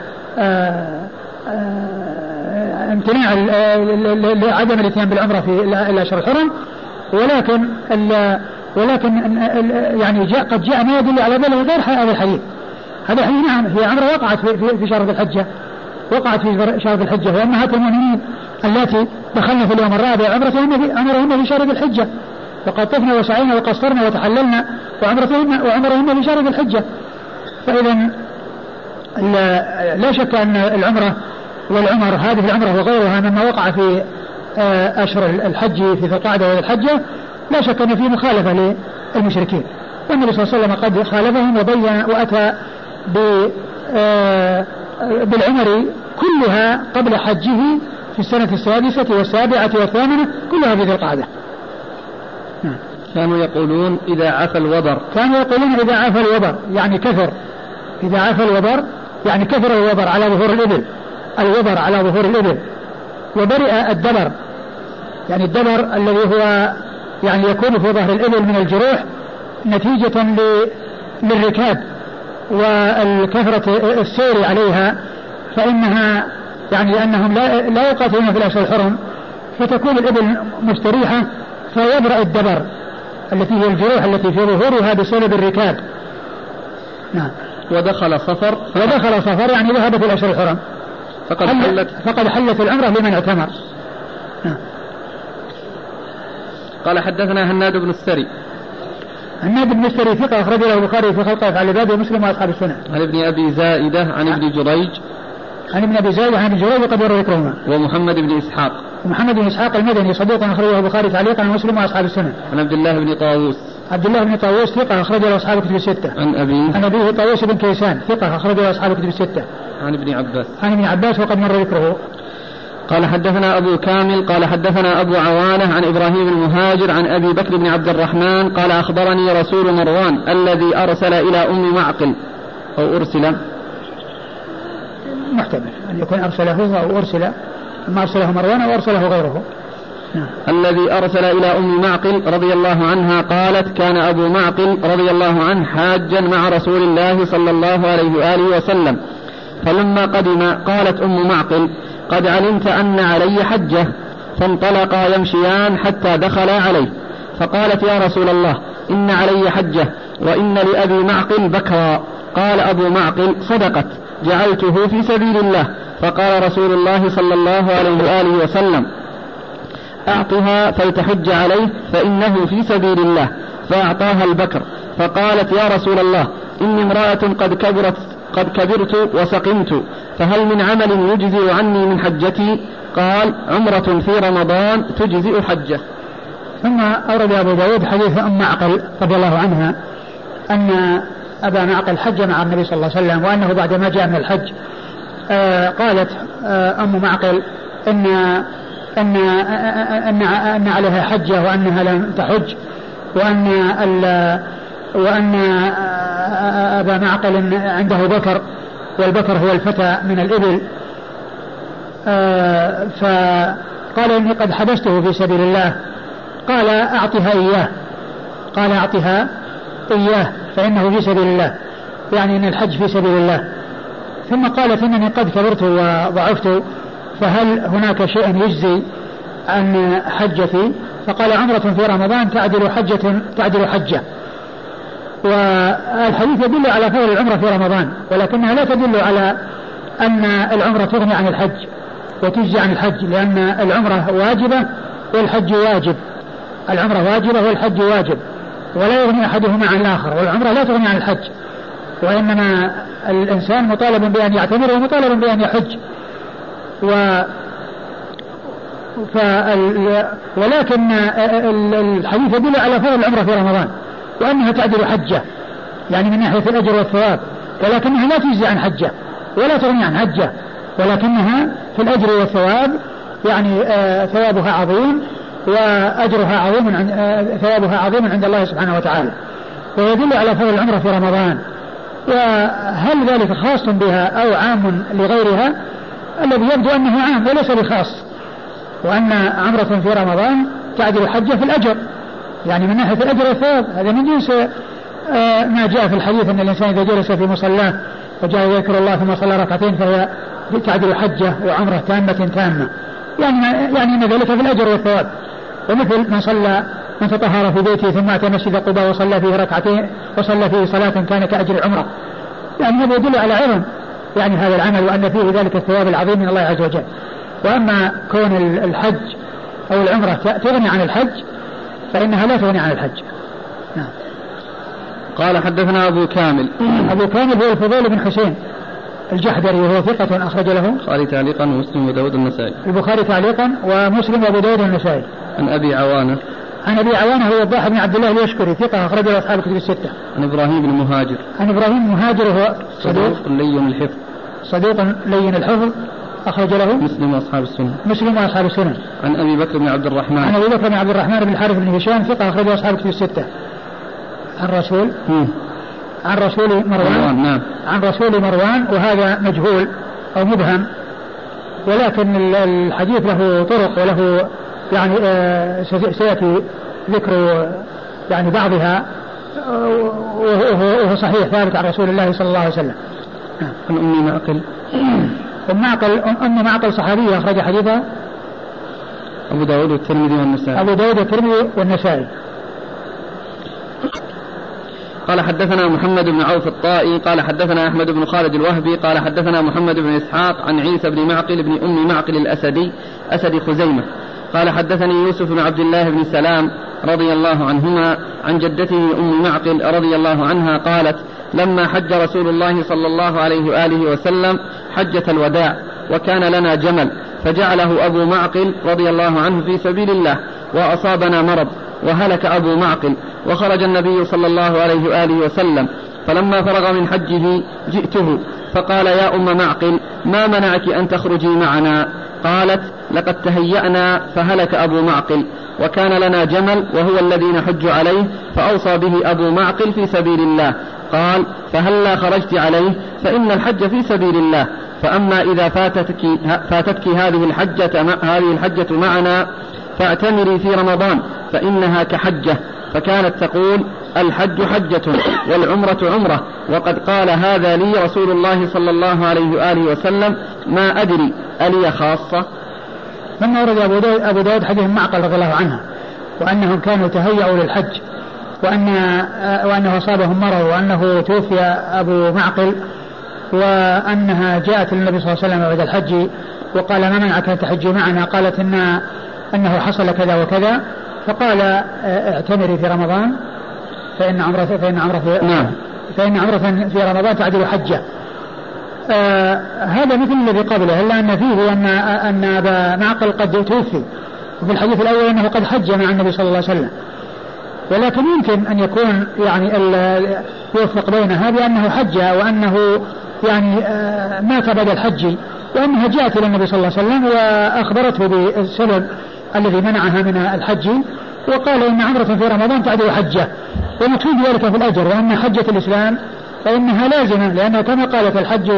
امتناع لعدم الاتيان بالعمرة في الأشهر الحرم، ولكن يعني قد جاء ما يدل على ذلك غير هذا الحديث. هذا الحديث نعم هي عمرة وقعت في شهر الحجة، وقعت في شهر الحجة، وأمهات المؤمنين التي دخلنا في اليوم الرابع عمرهن في شهر الحجة، وقد طفنا وسعينا وقصرنا وتحللنا وعمرهن في شهر الحجة. فإذا لا شك أن العمرة والعمر هذه العمرة وغيرها مما وقع في أشهر الحج في ذي القعدة والحجة لا شك أن فيه مخالفة للمشركين، والنبي صلى الله عليه وسلم قد خالفهم وبين وأتى بالعمر كلها قبل حجه في السنة 6 و7 و8 كلها في ذي القعدة. كانوا يقولون إذا عفى الوبر، إذا عفى الوبر يعني كثر، إذا عفى الوبر يعني كثر الوبر على ظهور الإبل، وبرئ الدبر، يعني الدبر الذي هو يعني يكون في ظهر الإبل من الجروح نتيجة للركاب والكثرة السير عليها، فإنها يعني لأنهم لا يقاتلون في الأشهر الحرم، فتكون الإبل مستريحة فيبرأ الدبر التي هي الجروح التي في ظهورها بسبب الركاب. نعم. ودخل صفر يعني ذهب في الأشهر الحرم فقد حلت العمرة لمن اعتمر. نعم. قال حدثنا هناد بن السري ثقة أخرج له البخاري في خلق أفعال العباد ومسلم وأصحاب السنة. عن ابن أبي زائدة عن ابن جريج وقد يروي ذكرهما. ومحمد بن إسحاق المدني صدوق أخرجه البخاري تعليقا ومسلم وأصحاب السنة. عن عبد الله بن طاووس ثقة أخرج له أصحاب الكتب الستة. عن أبيه طاووس بن كيسان ثقة أخرج له أصحاب الكتب الستة. عن ابن عباس وقد مر ذكره. قال حدثنا أبو كامل قال حدثنا أبو عوانة عن إبراهيم المهاجر عن أبي بكر بن عبد الرحمن قال أخبرني رسول مروان الذي أرسل إلى أم معقل أو أرسل، محتمل أن يكون أرسله أو أرسل، ما أرسله مروان أو أرسله غيره. الذي أرسل إلى أم معقل رضي الله عنها قالت كان أبو معقل رضي الله عنه حاجا مع رسول الله صلى الله عليه وآله وسلم، فلما قدم قالت أم معقل قد علمت أن علي حجة، فانطلقا يمشيان حتى دخلا عليه، فقالت يا رسول الله إن علي حجة وإن لأبي معقل بكرا. قال أبو معقل صدقت جعلته في سبيل الله. فقال رسول الله صلى الله عليه وآله وسلم أعطها فلتحج عليه فإنه في سبيل الله، فأعطاها البكر. فقالت يا رسول الله إني امرأة قد كبرت وسقمت، فهل من عمل يجزئ عني من حجتي؟ قال عمرة في رمضان تجزئ حجة. ثم أورد أبو داود حديث أم معقل رضي الله عنها أن أبا معقل حج مع النبي صلى الله عليه وسلم، وأنه بعدما جاء من الحج قالت أم معقل إن أن عليها حجة وأنها لم تحج، وأن أبا معقل عنده بكر، والبكر هو الفتى من الإبل، فقال إني قد حبسته في سبيل الله. قال أعطها إياه فإنه في سبيل الله، يعني أن الحج في سبيل الله. ثم قالت إنني قد كبرت وضعفت، فهل هناك شيء يجزي عن حجتي؟ فقال عمرة في رمضان تعدل حجة. والحديث يدل على فضل العمرة في رمضان، ولكنها لا تدل على أن العمرة تغني عن الحج وتجزي عن الحج، لأن العمرة واجبة والحج واجب. العمرة واجبة والحج واجب، ولا يغني أحدهما عن الآخر، والعمرة لا تغني عن الحج، وإنما الإنسان مطالب بأن يعتمر ومطالب بأن يحج. ولكن الحديث يدل على فضل العمرة في رمضان، وأنها تعدل حجة، يعني من ناحية الأجر والثواب، ولكنها لا تجزي عن حجة ولا تغني عن حجة، ولكنها في الأجر والثواب يعني ثوابها عظيم وأجرها عظيم، ثوابها عظيم عند الله سبحانه وتعالى. ويدل على فضل العمرة في رمضان. وهل ذلك خاص بها أو عام لغيرها؟ الذي يبدو أنه عام وليس بخاص، وأن عمرة في رمضان تعدل حجة في الأجر، يعني من ناحية الأجر والثواب. هذا من جنس ما جاء في الحديث أن الإنسان إذا جلس في مصلاه وجاء يذكر الله ثم صلى ركعتين فهي تعدل حجة وعمرة تامة، يعني أن ذلك في الأجر والثواب. ومثل من تطهر في بيته ثم أتى مسجد قباء وصلى فيه ركعتين وصلى فيه صلاة كان كأجر العمرة، يعني هذا يدل على عظم يعني هذا العمل، وأن فيه ذلك الثواب العظيم من الله عز وجل. وأما كون الحج أو العمرة تغني عن الحج فإنها لا تغني عن الحج. نعم. قال حدثنا أبو كامل هو الفضيل بن حسين الجحدري، وهو ثقة أخرج له البخاري تعليقا ومسلم وداود النسائي. البخاري تعليقا ومسلم وأبو داود النسائي. عن أبي عوانة هو الضاحى بن عبد الله اليشكري، ثقة أخرج له أصحاب الكتب الستة. عن إبراهيم بن مهاجر وهو صدوق لين الحفظ أخرج له مسلم وأصحاب السنن. عن أبي بكر بن عبد الرحمن بن الحارث بن هشام، ثقة أخرج له أصحاب الكتب الستة. عن رسول مروان. نعم. عن رسول مروان، وهذا مجهول أو مبهم، ولكن الحديث له طرق وله يعني سيأتي ذكر يعني بعضها، وهو صحيح ثابت عن رسول الله صلى الله عليه وسلم. عن أم معقل صحابية أخرج حديثها أبو داود والترمذي والنسائي. قال حدثنا محمد بن عوف الطائي قال حدثنا أحمد بن خالد الوهبي قال حدثنا محمد بن إسحاق عن عيسى بن معقل بن أم معقل الأسدي أسد خزيمة قال حدثني يوسف بن عبد الله بن سلام رضي الله عنهما عن جدته أم معقل رضي الله عنها قالت: لما حج رسول الله صلى الله عليه وآله وسلم حجة الوداع وكان لنا جمل، فجعله أبو معقل رضي الله عنه في سبيل الله، وأصابنا مرض وهلك أبو معقل، وخرج النبي صلى الله عليه وآله وسلم، فلما فرغ من حجه جئته فقال: يا أم معقل، ما منعك أن تخرجي معنا؟ قالت: لقد تهيأنا فهلك أبو معقل، وكان لنا جمل وهو الذي نحج عليه، فأوصى به أبو معقل في سبيل الله. قال: فهلا خرجت عليه؟ فإن الحج في سبيل الله، فأما إذا فاتتك هذه الحجة معنا فاعتمري في رمضان فإنها كحجة. فكانت تقول: الحج حجة والعمرة عمرة، وقد قال هذا لي رسول الله صلى الله عليه وآله وسلم، ما أدري ألي خاصة. ثم ورد أبو داود حديث معقل رضي الله عنها، وأنهم كانوا تهيأوا للحج، وأنه أصابهم مرض، وأنه توفي أبو معقل، وأنها جاءت للنبي صلى الله عليه وسلم بعد الحج وقال: ما منعك أن تحجي معنا؟ قالت: أنه حصل كذا وكذا. فقال: اعتمري في رمضان فإن عمرة في رمضان تعدل حجة. هذا مثل الذي قبله، إلا أن فيه أن أبا معقل قد توفي، وفي الحديث الأول أنه قد حج مع النبي صلى الله عليه وسلم، ولكن يمكن أن يكون يعني يوفق بينها بأنه حج وأنه يعني مات بعد الحج وأنها جاءت إلى النبي صلى الله عليه وسلم وأخبرته بالسبب الذي منعها من الحج، وقال إن عمرة في رمضان تعدل حجة، ومكتوب ذلك في الأجر، وأن حجة الإسلام فإنها لازمة، لأنه كما قالت الحج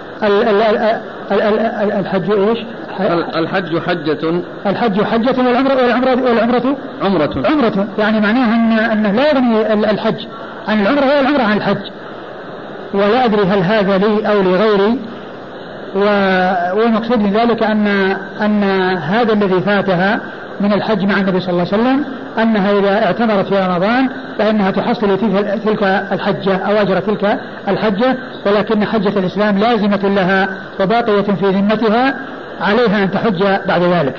الحج إيش؟ الحج حجة، الحج حجة والعمرة عمرة، يعني معناها أنه لا يغني الحج عن العمرة ولا العمرة عن الحج. ولا أدري هل هذا لي أو لغيري، والمقصود من ذلك أن هذا الذي فاتها من الحج مع النبي صلى الله عليه وسلم أنها إذا اعتمرت في رمضان فإنها تحصل تلك الحجة أو أجر تلك الحجة، ولكن حجة الإسلام لازمة لها وباقية في ذمتها، عليها أن تحج بعد ذلك.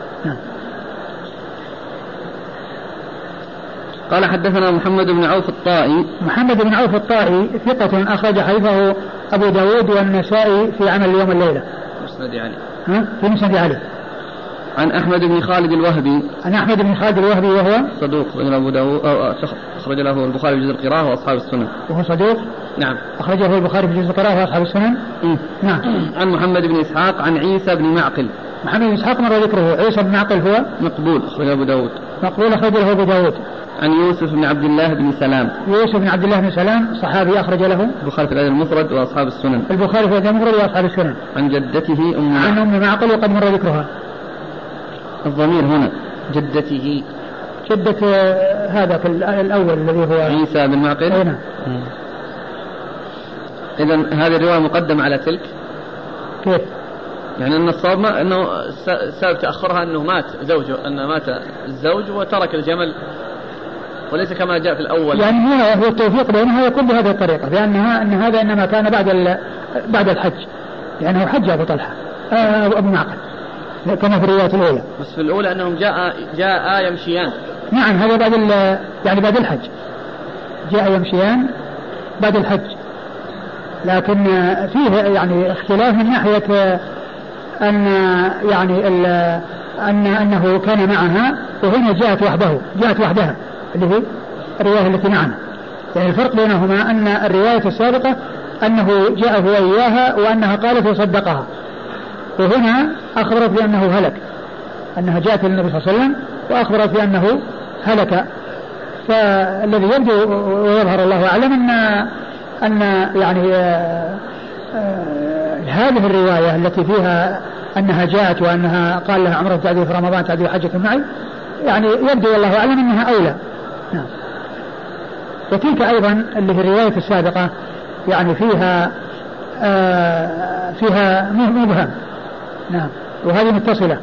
قال حدثنا محمد بن عوف الطائي. محمد بن عوف الطائي ثقة أخرج حديثه أبو داود والنسائي في عمل اليوم الليلة. مسند علي. في مسند علي. عن أحمد بن خالد الوهبي. عن أحمد بن خالد الوهبي وهو صدوق، أبو داود أخرج له البخاري في جزء القراءة وأصحاب السنن. وهو صدوق. نعم. أخرجه البخاري في جزء القراءة وأصحاب السنن. نعم. عن محمد بن إسحاق عن عيسى بن معقل. محمد بن إسحاق مر ذكره. عيسى بن معقل هو مقبول، أخرجه أبو داود. مقبول، أخرجه أبو داود. عن يوسف بن عبد الله بن سلام. يوسف بن عبد الله بن سلام صحابي أخرج له البخاري في الأدب المفرد وأصحاب السنن. البخاري في الأدب المفرد وأصحاب السنن. عن جدته عن أم معقل وقد مر ذكرها. الضمير هنا جدته، جدة هذا الأول الذي هو عيسى بن معقل. أين؟ إذن هذه الرواية مقدمة على تلك. كيف؟ يعني أن الصواب أنه سبب تأخرها أنه مات زوجه، أنه مات الزوج وترك الجمل، وليس كما جاء في الأول. يعني هو التوفيق بينها يكون بهذه الطريقة، لأنها أن هذا إنما كان بعد الحج، لأنه حج أبو طلحة أبو معقل كما في الرواية الأولى. بس في الأولى أنهم جاء يمشيان. نعم، هذا بعد الحج جاء يمشيان بعد الحج، لكن فيه يعني اختلاف من ناحية أنه كان معها، وهنا جاءت وحدها اللي هي الرواية التي معنا. يعني الفرق بينهما أن الرواية السابقة أنه جاء هو إياها وأنها قالت وصدقها، وهنا أخبرت بأنه هلك، أنها جاءت للنبي صلى الله عليه وسلم وأخبرت بأنه هلك. فالذي يبدو ويظهر الله أعلم أن يعني هذه الرواية التي فيها أنها جاءت وأنها قال لها عمرة تعدي في رمضان تعدي حجة معي، يعني يبدو والله أعلم أنها أولى. نعم. وتلك أيضا اللي هي الرواية السابقة يعني فيها مبهم. نعم. وهذه متصلة.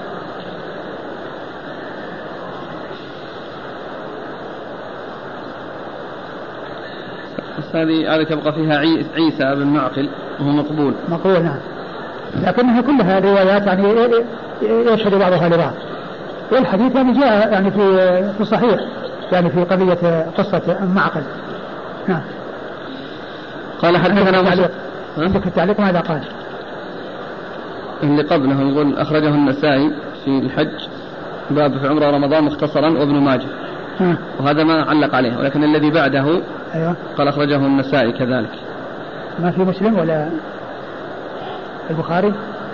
هذه تبقى فيها عيسى بن معقل وهو مقبول. نعم. لكنها كلها روايات يعني يشهد بعضها لبعض، والحديث يعني جاء يعني في الصحيح يعني في قضية قصة معقل. نعم. قال حدثنا عندك التعليق ماذا قال؟ اللي قبله يقول أخرجه النسائي في الحج باب في عمره رمضان مختصرا وابن ماجه، وهذا ما علق عليه، ولكن الذي بعده أيوة. قال أخرجه النسائي كذلك. ما في مسلم ولا البخاري؟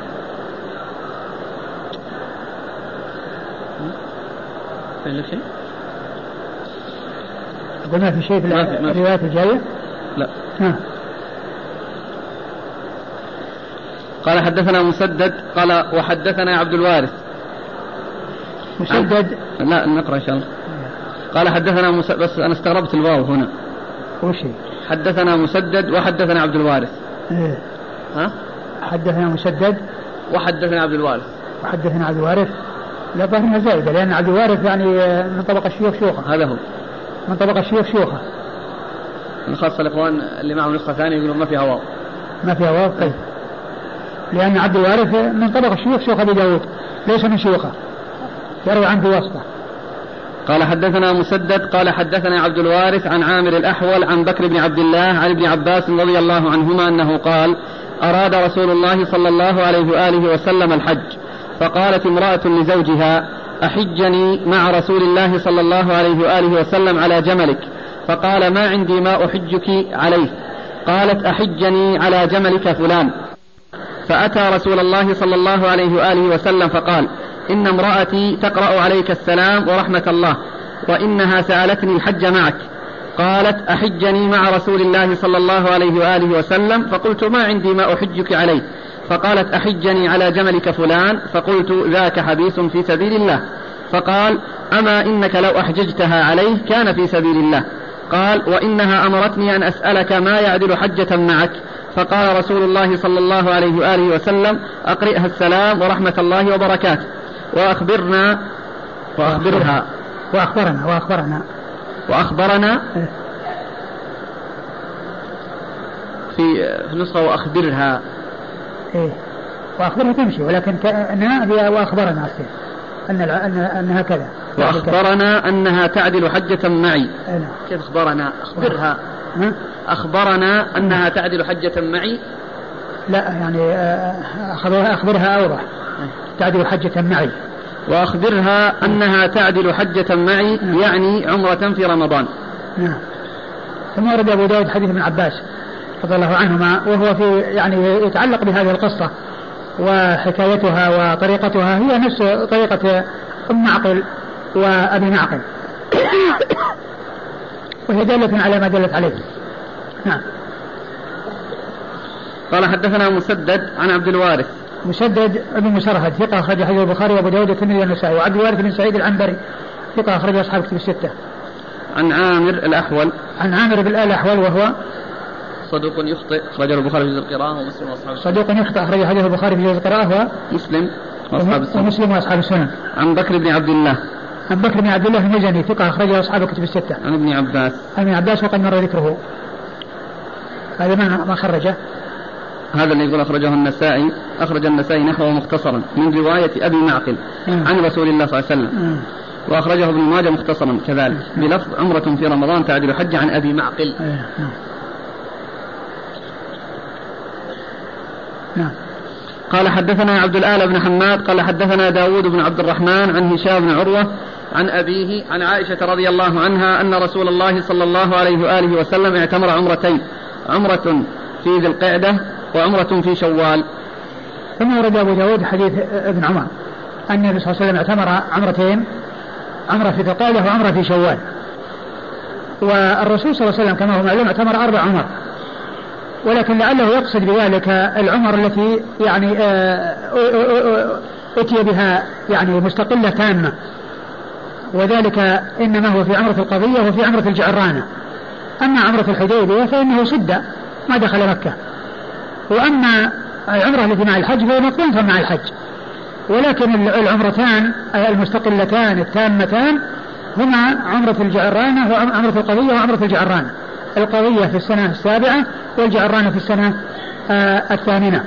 شيء؟ أقول ما في شيء في الروايات الجاية؟ لا. قال حدثنا مسدد قال وحدثنا عبد الوارث. مسدد؟ لا نقرأ إن شاء الله. قال حدثنا بس أنا استغربت الواو هنا. وش حدثنا مسدد وحدثنا عبد الوارث. إيه؟ حدثنا مسدد وحدثنا عبد الوارث. وحدثنا عبد الوارث. لا ظاهرها زائدة، لأن عبد الوارث يعني من طبقة الشيوخ شيوخة. هذا هو من طبقة الشيوخ شيوخة. خاصة الإخوان اللي معهم نسخة ثانية يقولون ما فيها واو. ما فيها واو. طيب. لأن عبد الوارث من طبقة الشيوخ شيوخ أبي داود، ليس من شيوخه، يروي عنه بواسطة. قال حدثنا مسدد قال حدثنا عبد الوارث عن عامر الأحول عن بكر بن عبد الله عن ابن عباس رضي الله عنهما أنه قال أراد رسول الله صلى الله عليه وآله وسلم الحج، فقالت امرأة لزوجها أحجني مع رسول الله صلى الله عليه وآله وسلم على جملك، فقال ما عندي ما أحجك عليه، قالت أحجني على جملك فلان، فأتى رسول الله صلى الله عليه وآله وسلم فقال: إن امرأتي تقرأ عليك السلام ورحمة الله، وإنها سألتني الحج معك. قالت: أحجني مع رسول الله صلى الله عليه وآله وسلم. فقلت: ما عندي ما أحجك عليه. فقالت: أحجني على جملك فلان. فقلت: ذاك حبيس في سبيل الله. فقال: أما إنك لو أحججتها عليه كان في سبيل الله. قال: وإنها أمرتني أن أسألك ما يعدل حجة معك. فقال رسول الله صلى الله عليه وآله وسلم: أقرئها السلام ورحمة الله وبركاته وأخبرنا في نسخة وأخبرها. وأخبرها تمشي، ولكن هي وأخبرنا أنها كذا. وأخبرنا أنها تعدل حجة معي. كيف أخبرنا؟ أخبرها. أخبرنا أنها تعدل حجة معي. لا يعني أخبرها أوضح. تعدل حجة معي. وأخبرها أنها تعدل حجة معي يعني عمرة في رمضان. نعم. ثم ورد أبو داود حديث ابن عباس رضي الله عنهما، وهو في يعني يتعلق بهذه القصة وحكايتها وطريقتها هي نفس طريقة أم معقل وأبي معقل، وهي دالة على ما دلت عليه. نعم. قال: حدثنا مسدد عن عبد الوارث. مسدد ابن مسرهد ثقة أخرج حديث البخاري وأبو داود والترمذي والنسائي. وعبد الوارث بن سعيد العنبري ثقة أخرج أصحاب كتب الستة. عن عامر الأحول. عن عامر بن الأحول وهو صدوق يخطئ، أخرجه البخاري في جزء القراءة ومسلم وأصحاب السنن. صدوق يخطئ، أخرج حديث البخاري في جزء القراءة ومسلم وأصحاب السنن. ومسلم وأصحاب السنن. عن بكر بن عبد الله. عن بكر بن عبد الله المزني ثقة أخرجه أصحاب كتب الستة. عن ابن عباس. عن ابن عباس وقد مر ذكره. هذا ما خرجه. هذا اللي يقول أخرج النسائي نحوه مختصرا من رواية أبي معقل عن رسول الله صلى الله عليه وسلم. وأخرجه ابن ماجه مختصرا كذلك بلفظ: عمرة في رمضان تعدل حج عن أبي معقل. قال: حدثنا عبد الآل بن حماد قال: حدثنا داود بن عبد الرحمن عن هشام بن عروة عن أبيه عن عائشة رضي الله عنها أن رسول الله صلى الله عليه وآله وسلم اعتمر عمرتين، عمرة في ذي القعدة وعمرة في شوال. ثم ورد أبو داود حديث ابن عمر أن النبي صلى الله عليه وسلم اعتمر عمرتين، عمرة في ذي القعدة وعمرة في شوال. والرسول صلى الله عليه وسلم كما هو معلوم اعتمر 4 عمر، ولكن لعله يقصد بذلك العمر التي يعني أتي بها يعني مستقلة تامة، وذلك إنما هو في عمرة القضية وفي عمرة الجعرانة. أما عمرة الحديبية فإنه صد ما دخل مكة، وأما العمرة التي مع الحج فهي مقرونة مع الحج. ولكن العمرتان المستقلتان التامتان هما عمرة الجعرانة وعمرة القضية وعمرة الجعرانة. القضية في السنة 7 والجعرانة في السنة 8.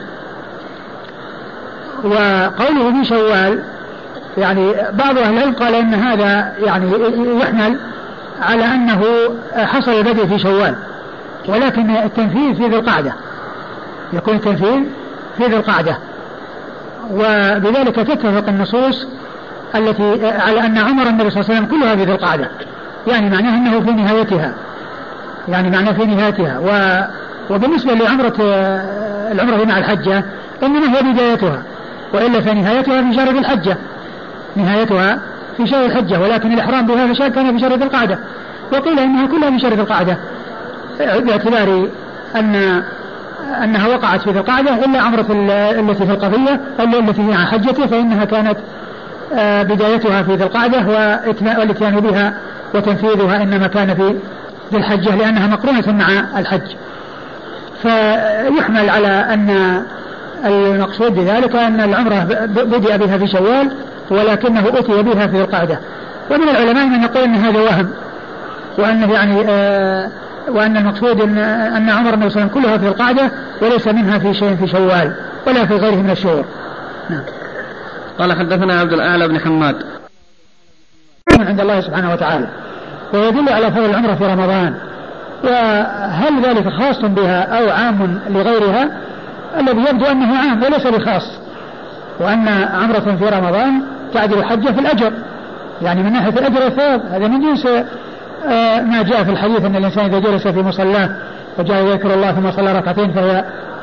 وقوله في شوال يعني بعض أهل العلم قال إن هذا يعني يحمل على أنه حصل البدء في شوال، ولكن التنفيذ في ذي القعدة، يكون التنفيذ في ذي القعدة. وبذلك تتفق النصوص التي على أن عمر النبي صلى الله عليه وسلم كلها في ذي القعدة، يعني معناه أنه في نهايتها، يعني معناه في نهايتها. وبالنسبة لعمرة العمرة مع الحجة إنما هي بدايتها، وإلا فنهايتها في شهر ذي الحجة، نهايتها في شهر الحجة، ولكن الإحرام بها كان في شهر ذي القعدة. وقيل إنها كلها في شهر ذي القعدة باعتبار أنها وقعت في ذي القعدة، إلا عمرة التي في القضية التي مع حجته فإنها كانت بدايتها في ذي القعدة، والاتيان بها وتنفيذها إنما كان في ذي الحجة لأنها مقرونة مع الحج. فيحمل على أن المقصود بذلك أن العمرة بدأ بها في شوال ولكنه أتي بها في ذي القعدة. ومن العلماء من يقول أن هذا وهم، وأنه يعني وأن المقصود أن عمر النبي صلى الله عليه وسلم كلها في ذي القعدة وليس منها في شيء في شوال ولا في غيره من الشهور. نعم. قال: حدثنا عبد الأعلى بن حماد من عند الله سبحانه وتعالى، ويدل على فضل العمرة في رمضان. وهل ذلك خاص بها أو عام لغيرها؟ الذي يبدو أنه عام وليس بخاص، وأن عمرة في رمضان تعدل حجة في الأجر، يعني من ناحية الأجر والثواب. هذا من جنس ما جاء في الحديث أن الإنسان إذا جلس في مصلاه وجاء يذكر الله ثم صلى ركعتين فهي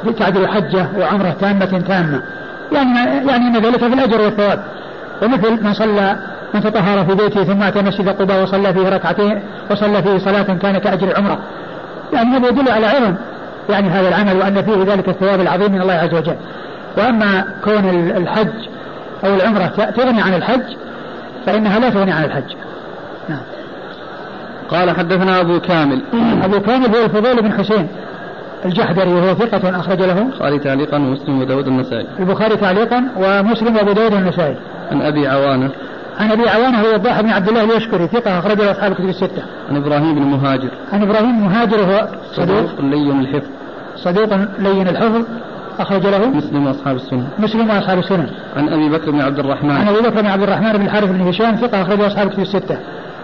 تعدل حجة وعمرة تامة يعني أن ذلك في الأجر والثواب. ومثل من تطهر في بيته ثم أتى مسجد قباء وصلى فيه ركعتين وصلى فيه صلاة كان كأجر العمرة، يعني هذا يدل على عظم يعني هذا العمل وأن فيه ذلك الثواب العظيم من الله عز وجل. وأما كون الحج أو العمرة تغني عن الحج فإنها لا تغني عن الحج. نعم. قال حدثنا أبو كامل هو الفضيل بن حسين الجحدري وهو ثقة أخرج له البخاري تعليقا ومسلم وداود النسائي. البخاري تعليقا ومسلم وأبو داود النسائي. عن أبي عوانة هو الضاحي بن عبد الله اليشكري ثقة أخرج له أصحاب الكتب الستة. عن إبراهيم بن مهاجر وهو صدوق لين الحفظ أخرج له مسلم وأصحاب السنن. عن أبي بكر بن عبد الرحمن بن الحارث بن هشام ثقة أخرج له أصحاب الكتب الستة.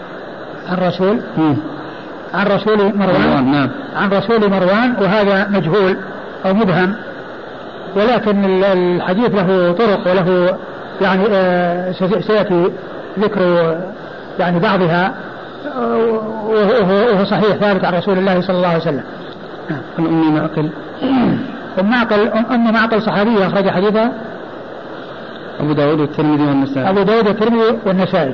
عن رسول مروان. نعم. عن رسول مروان وهذا مجهول أو مبهم، ولكن الحديث له طرق وله يعني سيأتي ذكر يعني بعضها وهو صحيح ثابت عن رسول الله صلى الله عليه وسلم. عن أم معقل صحابية أخرج حديثها أبو داود والترمذي والنسائي.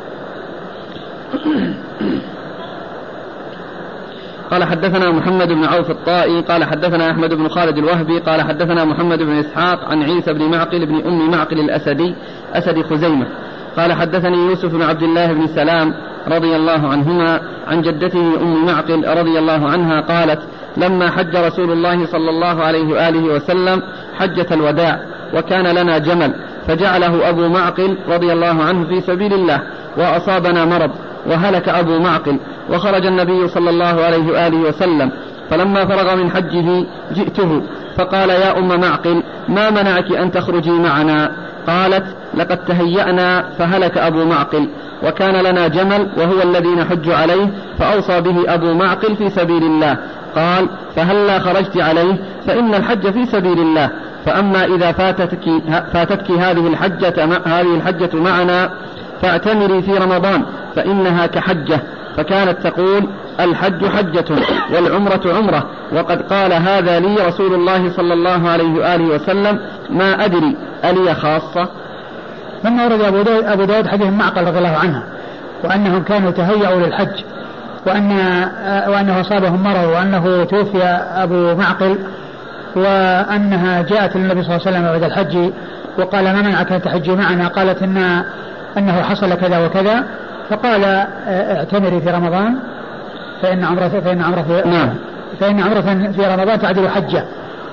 قال حدثنا محمد بن عوف الطائي قال حدثنا أحمد بن خالد الوهبي قال حدثنا محمد بن إسحاق عن عيسى بن معقل بن أم معقل الأسدي أسد خزيمة قال حدثني يوسف بن عبد الله بن سلام رضي الله عنهما عن جدته أم معقل رضي الله عنها قالت لما حج رسول الله صلى الله عليه وآله وسلم حجة الوداع وكان لنا جمل فجعله أبو معقل رضي الله عنه في سبيل الله وأصابنا مرض وهلك أبو معقل وخرج النبي صلى الله عليه وآله وسلم فلما فرغ من حجه جئته فقال يا أم معقل ما منعك أن تخرجي معنا؟ قالت لقد تهيأنا فهلك أبو معقل وكان لنا جمل وهو الذي نحج عليه فأوصى به أبو معقل في سبيل الله. قال فهلا خرجت عليه فإن الحج في سبيل الله، فأما إذا فاتتك هذه الحجة معنا فاعتمري في رمضان فإنها كحجة. فكانت تقول الحج حجة والعمرة عمرة وقد قال هذا لي رسول الله صلى الله عليه وآله وسلم ما أدري ألي خاصة. ثم ورد أبو داود حديث معقل رضي الله عنها وأنهم كانوا تهيأوا للحج وأنه أصابهم مرض وأنه توفي أبو معقل وأنها جاءت للنبي صلى الله عليه وسلم بعد الحج وقال ما منعك أن تحجي معنا؟ قالت أنه حصل كذا وكذا، فقال اعتمري في رمضان فإن عمرة في رمضان تعدل حجة.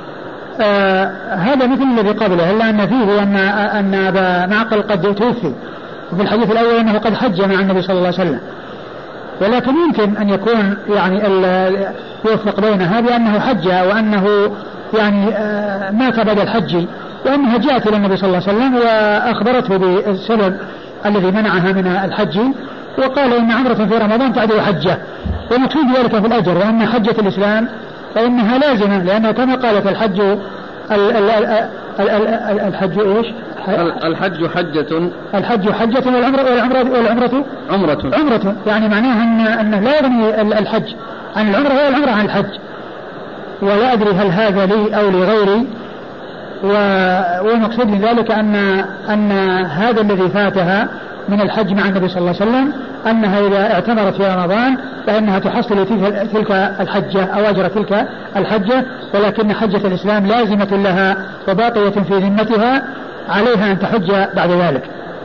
هذا مثل الذي قبله إلا أن فيه أن أبا معقل قد توفي، وفي الحديث الأول أنه قد حج مع النبي صلى الله عليه وسلم، ولكن يمكن أن يكون يعني يوفق بينها بأنه حج وأنه يعني مات بعد الحج وأنها جاءت إلى النبي صلى الله عليه وسلم وأخبرته بالسبب الذي منعها من الحج وقال إن عمرة في رمضان تعدل حجة، ومكتوب ذلك في الأجر، وأن حجة الإسلام فإنها لازمة لأنه كما قالت الحج إيش؟ الحج حجة والعمرة عمرة، يعني معناها أنه لا يغني الحج عن العمرة ولا العمرة عن الحج. ولا أدري هل هذا لي أو لغيري، والمقصود من ذلك أن هذا الذي فاتها من الحج مع النبي صلى الله عليه وسلم أنها إذا اعتمرت في رمضان فإنها تحصل تلك الحجة أو أجر تلك الحجة، ولكن حجة الإسلام لازمة لها وباقية في ذمتها، عليها أن تحج بعد ذلك.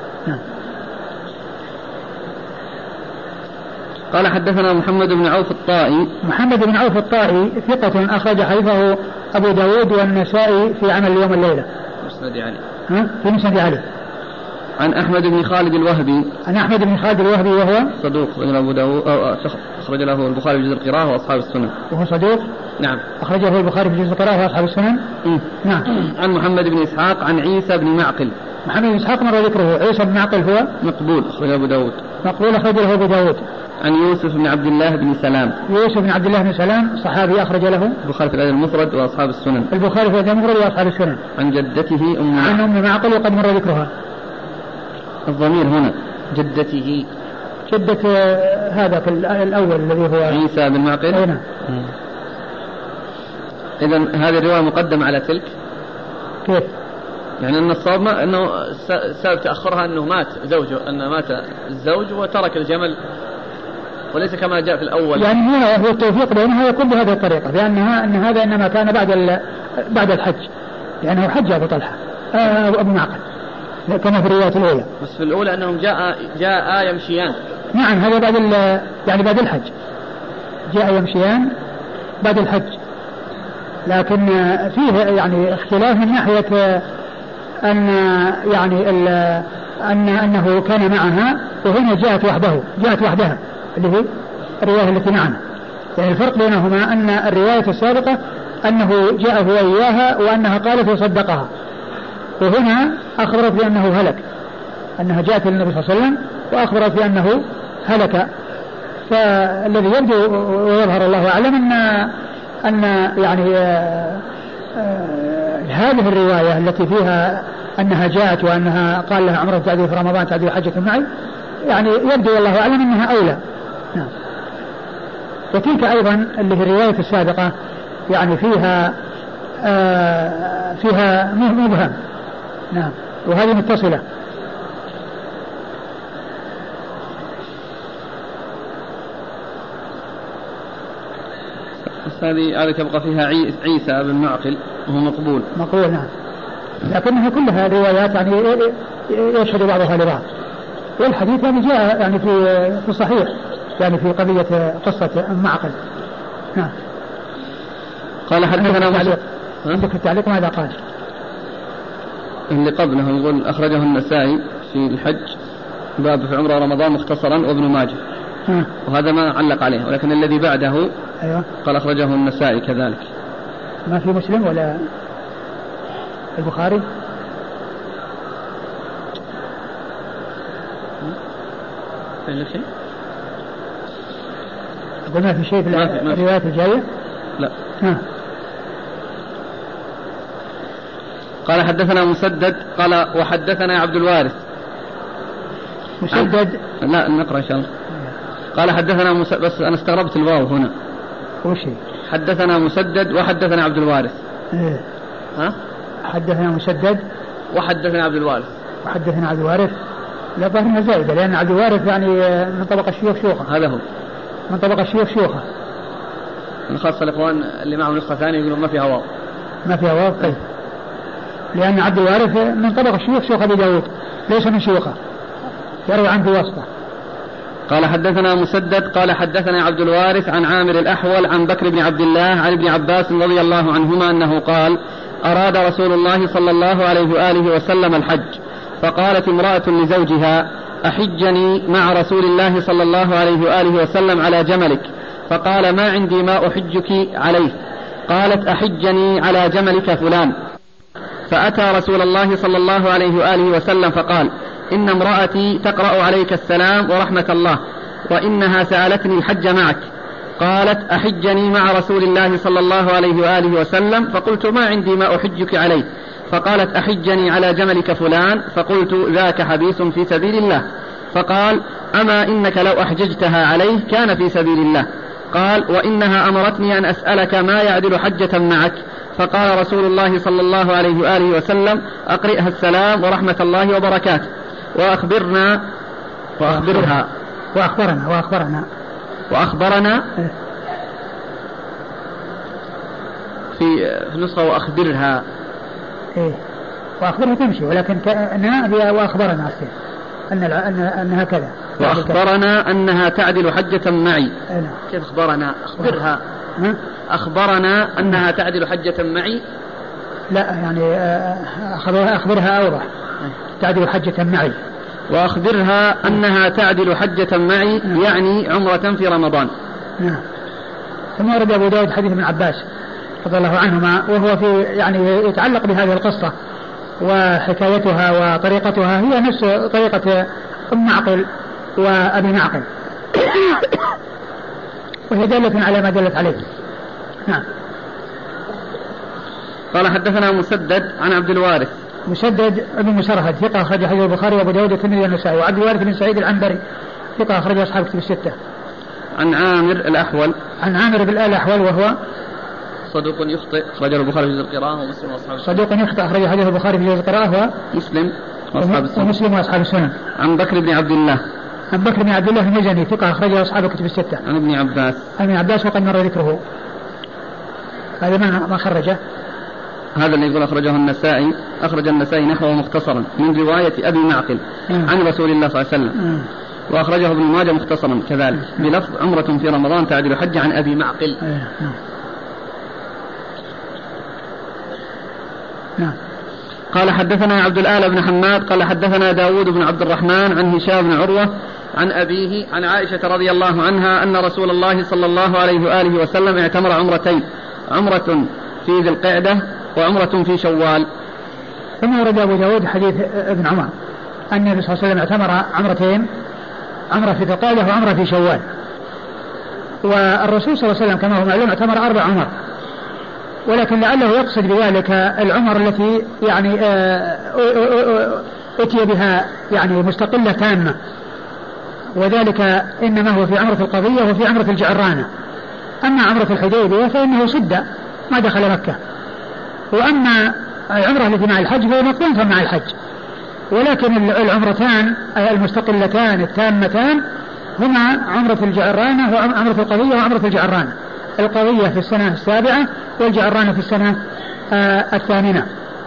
قال حدثنا محمد بن عوف الطائي ثقة أخرج حديثه أبو داود والنسائي في عمل اليوم والليلة في مسند علي. عن أحمد بن خالد الوهبي وهو صدوق أخرج له البخاري في جزء القراءة وأصحاب السنن. وهو صدوق نعم أخرجه البخاري في جزء القراءة وأصحاب السنن. نعم. عن محمد بن إسحاق عن عيسى بن معقل. محمد بن إسحاق مر ذكره. عيسى بن معقل هو مقبول أخرجه أبو داود. عن يوسف بن عبد الله بن سلام صحابي أخرج له البخاري في الأدب المفرد وأصحاب السنن. عن جدته أم معقل وقد مر ذكرها. الضمير هنا جدته جدة هذا الأول الذي هو عيسى بن معقل. إذن هذه الرواية مقدمة على تلك. كيف؟ يعني أن الصواب أنه سبب تأخرها أنه مات زوجه، أنه مات الزوج وترك الجمل، وليس كما جاء في الأول. يعني هو التوفيق بينها يكون بهذه الطريقة، لأنها أن هذا إنما كان بعد الحج، لأنه حج أبو طلحة أبو معقل كما في الرواية الأولى. بس في الأولى أنهم جاء يمشيان. نعم هذا بعد الحج، جاء يمشيان بعد الحج، لكن فيه يعني اختلاف من ناحية أن يعني أنه كان معها، وهنا جاءت وحدها اللي هي الرواية التي معنا. يعني الفرق بينهما أن الرواية السابقة أنه جاء هو إياها وأنها قالت وصدقها، وهنا أخبرت بأنه هلك، أنها جاءت للنبي صلى الله عليه وسلم وأخبرت بأنه هلك. فالذي يبدو ويظهر الله أعلم أن يعني هذه الرواية التي فيها أنها جاءت وأنها قال لها عمره تعدي في رمضان تعدي حجة معي، يعني يبدو والله أعلم أنها أولى. نعم. وتلك أيضا اللي في الرواية السابقة يعني فيها مبهم. نعم. وهذه متصلة. هذه تبقى فيها عيسى بن معقل وهو مقبول. نعم. لكنها كلها روايات يعني يشهد بعضها لبعض، والحديث يعني جاء يعني في الصحيح يعني في قضية قصة معقل. نعم. قال حدثنا عندك التعليق ماذا قال؟ اللي قبله يقول أخرجه النسائي في الحج باب في عمره رمضان مختصرا وابن ماجه، وهذا ما علق عليه، ولكن الذي بعده أيوة. قال أخرجه النسائي كذلك. ما في مسلم ولا البخاري؟ في شيء؟ أقول ما في شيء في الروايات الجاية؟ لا. قال حدثنا مسدد قال وحدثنا عبد الوارث. مسدد؟ لا نقرأ إن شاء الله. قال حدثنا بس أنا استغربت الواو هنا. وش حدثنا مسدد وحدثنا عبد الوارث. إيه؟ ها؟ حدثنا مسدد وحدثنا عبد الوارث. وحدثنا عبد الوارث. لا ظاهرنا زائدة، لأن عبد الوارث يعني من طبقة الشيوخ شيوخة. هذا هو من طبقة الشيوخ شيوخة. خاصة الإخوان اللي معهم نسخة ثانية يقولون ما فيها واو. ما فيها واو. طيب. لأن عبد الوارث من طبقة الشيوخ شيوخ أبي داود، ليس من شيوخه، يروي عنه واسطة. قال حدثنا مسدد قال حدثنا عبد الوارث عن عامر الأحول عن بكر بن عبد الله عن ابن عباس رضي الله عنهما أنه قال أراد رسول الله صلى الله عليه وآله وسلم الحج، فقالت امرأة لزوجها أحجني مع رسول الله صلى الله عليه وآله وسلم على جملك، فقال ما عندي ما أحجك عليه. قالت أحجني على جملك فلان. فأتى رسول الله صلى الله عليه وآله وسلم فقال إن امرأتي تقرأ عليك السلام ورحمة الله، وإنها سألتني الحج معك. قالت أحجني مع رسول الله صلى الله عليه وآله وسلم، فقلت ما عندي ما أحجك عليه. فقالت أحجني على جملك فلان، فقلت ذاك حبيس في سبيل الله. فقال أما إنك لو أحججتها عليه كان في سبيل الله. قال وإنها أمرتني أن أسألك ما يعدل حجة معك. فقال رسول الله صلى الله عليه وآله وسلم أقرئها السلام ورحمة الله وبركاته وأخبرنا في نسخة وأخبرها. إيه وأخبرها تمشي، ولكن أنها وأخبرنا أنها كذا. وأخبرنا أنها تعدل حجة معي. كيف أخبرنا؟ أخبرها. أخبرنا أنها تعدل حجة معي. لا يعني أخبرها أوضح. تعدل حجة معي. وأخبرها أنها تعدل حجة معي يعني عمرة في رمضان. نعم. ثم ورد أبو داود حديث ابن عباس رضي الله عنهما، وهو في يعني يتعلق بهذه القصة، وحكايتها وطريقتها هي نفس طريقة أم معقل وأبي معقل، وهي دالة على ما دلت عليه. نعم. قال حدثنا مسدد عن عبد الوارث. مسدد ابن مسرهد ثقة أخرج حديث البخاري وأبو داود والترمذي والنسائي، وعبد الوارث بن سعيد العنبري ثقة أخرج أصحاب كتب الستة. عن عامر الأحول. عن عامر بن الأحول وهو صدوق يخطئ أخرجه البخاري في جزء القراءة ومسلم وأصحاب السنن. صدوق يخطئ أخرج حديث البخاري في جزء القراءة ومسلم وأصحاب السنن. عن بكر بن عبد الله. عن بكر بن عبد الله المزني ثقة أخرجه أصحاب الكتب الستة. عن ابن عباس. عن ابن عباس وقد مر ذكره. هذا ما خرجه. هذا اللي يقول أخرج النسائي نحوه مختصرا من رواية أبي معقل عن رسول الله صلى الله عليه وسلم. وأخرجه ابن ماجه مختصرا كذلك بلفظ عمرة في رمضان تعدل حج عن أبي معقل. قال حدثنا عبد الآل بن حماد قال حدثنا داود بن عبد الرحمن عن هشام بن عروة عن أبيه عن عائشة رضي الله عنها أن رسول الله صلى الله عليه وآله وسلم اعتمر عمرتين، عمرة في ذي القعدة وعمرة في شوال. ثم ورد أبو داود حديث ابن عمر أن النبي صلى الله عليه وسلم اعتمر عمرتين، عمرة في ذي القعدة وعمرة في شوال. والرسول صلى الله عليه وسلم كما هو معلوم اعتمر 4 عمر، ولكن لعله يقصد بذلك العمر التي يعني أتي بها يعني مستقلة تامة، وذلك إنما هو في عمرة القضية وفي عمرة الجعرانة. أما عمرة الحديبية فإنه صد ما دخل مكة، وأما العمرة التي مع الحج فهي مقرونة مع الحج. ولكن العمرتان المستقلتان التامتان هما عمرة الجعرانة وعمرة القضية وعمرة الجعرانة. القضية في السنة 7 والجعرانة في السنة 8.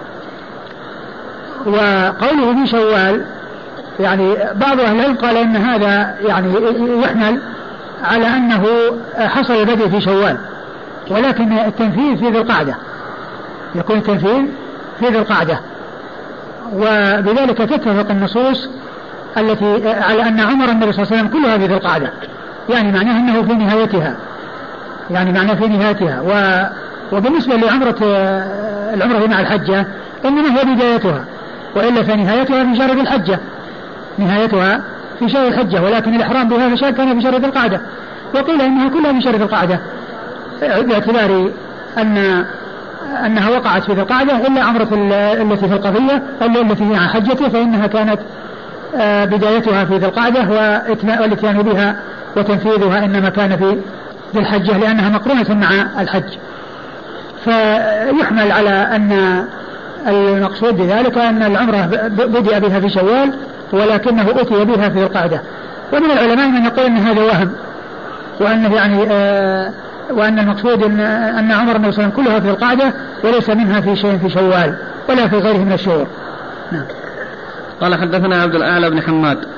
وقوله في شوال يعني بعض أهل العلم قال إن هذا يعني يحمل على أنه حصل البدء في شوال، ولكن التنفيذ في ذي القعدة، يكون التنفيذ في ذي القعدة. وبذلك تتفق النصوص التي على أن عمر النبي صلى الله عليه وسلم كلها في ذي القعدة، يعني معناه أنه في نهايتها، يعني معناه في نهايتها. وبالنسبة العمرة مع الحجة إنما هي بدايتها، وإلا فنهايتها في شهر ذي الحجة، نهايتها في شهر الحجة، ولكن الإحرام بها في شهر كان في شهر ذي القعدة. وقيل إنها كلها في شهر ذي القعدة باعتبار أنها وقعت في ذي القعدة، إلا عمرة التي في القضية التي مع حجته فإنها كانت بدايتها في ذي القعدة، والاتيان بها وتنفيذها إنما كان في ذي الحجة لأنها مقرونة مع الحج. فيحمل على أن المقصود بذلك أن العمرة بدأ بها في شوال ولكنه أتي بها في ذي القعدة. ومن العلماء من يقول أن هذا وهم، وأنه يعني وأن المقصود أن عمر النبي صلى الله عليه وسلم كلها في القعدة وليس منها في شيء في شوال ولا في غيره من الشهور. قال حدثنا عبد الأعلى بن حماد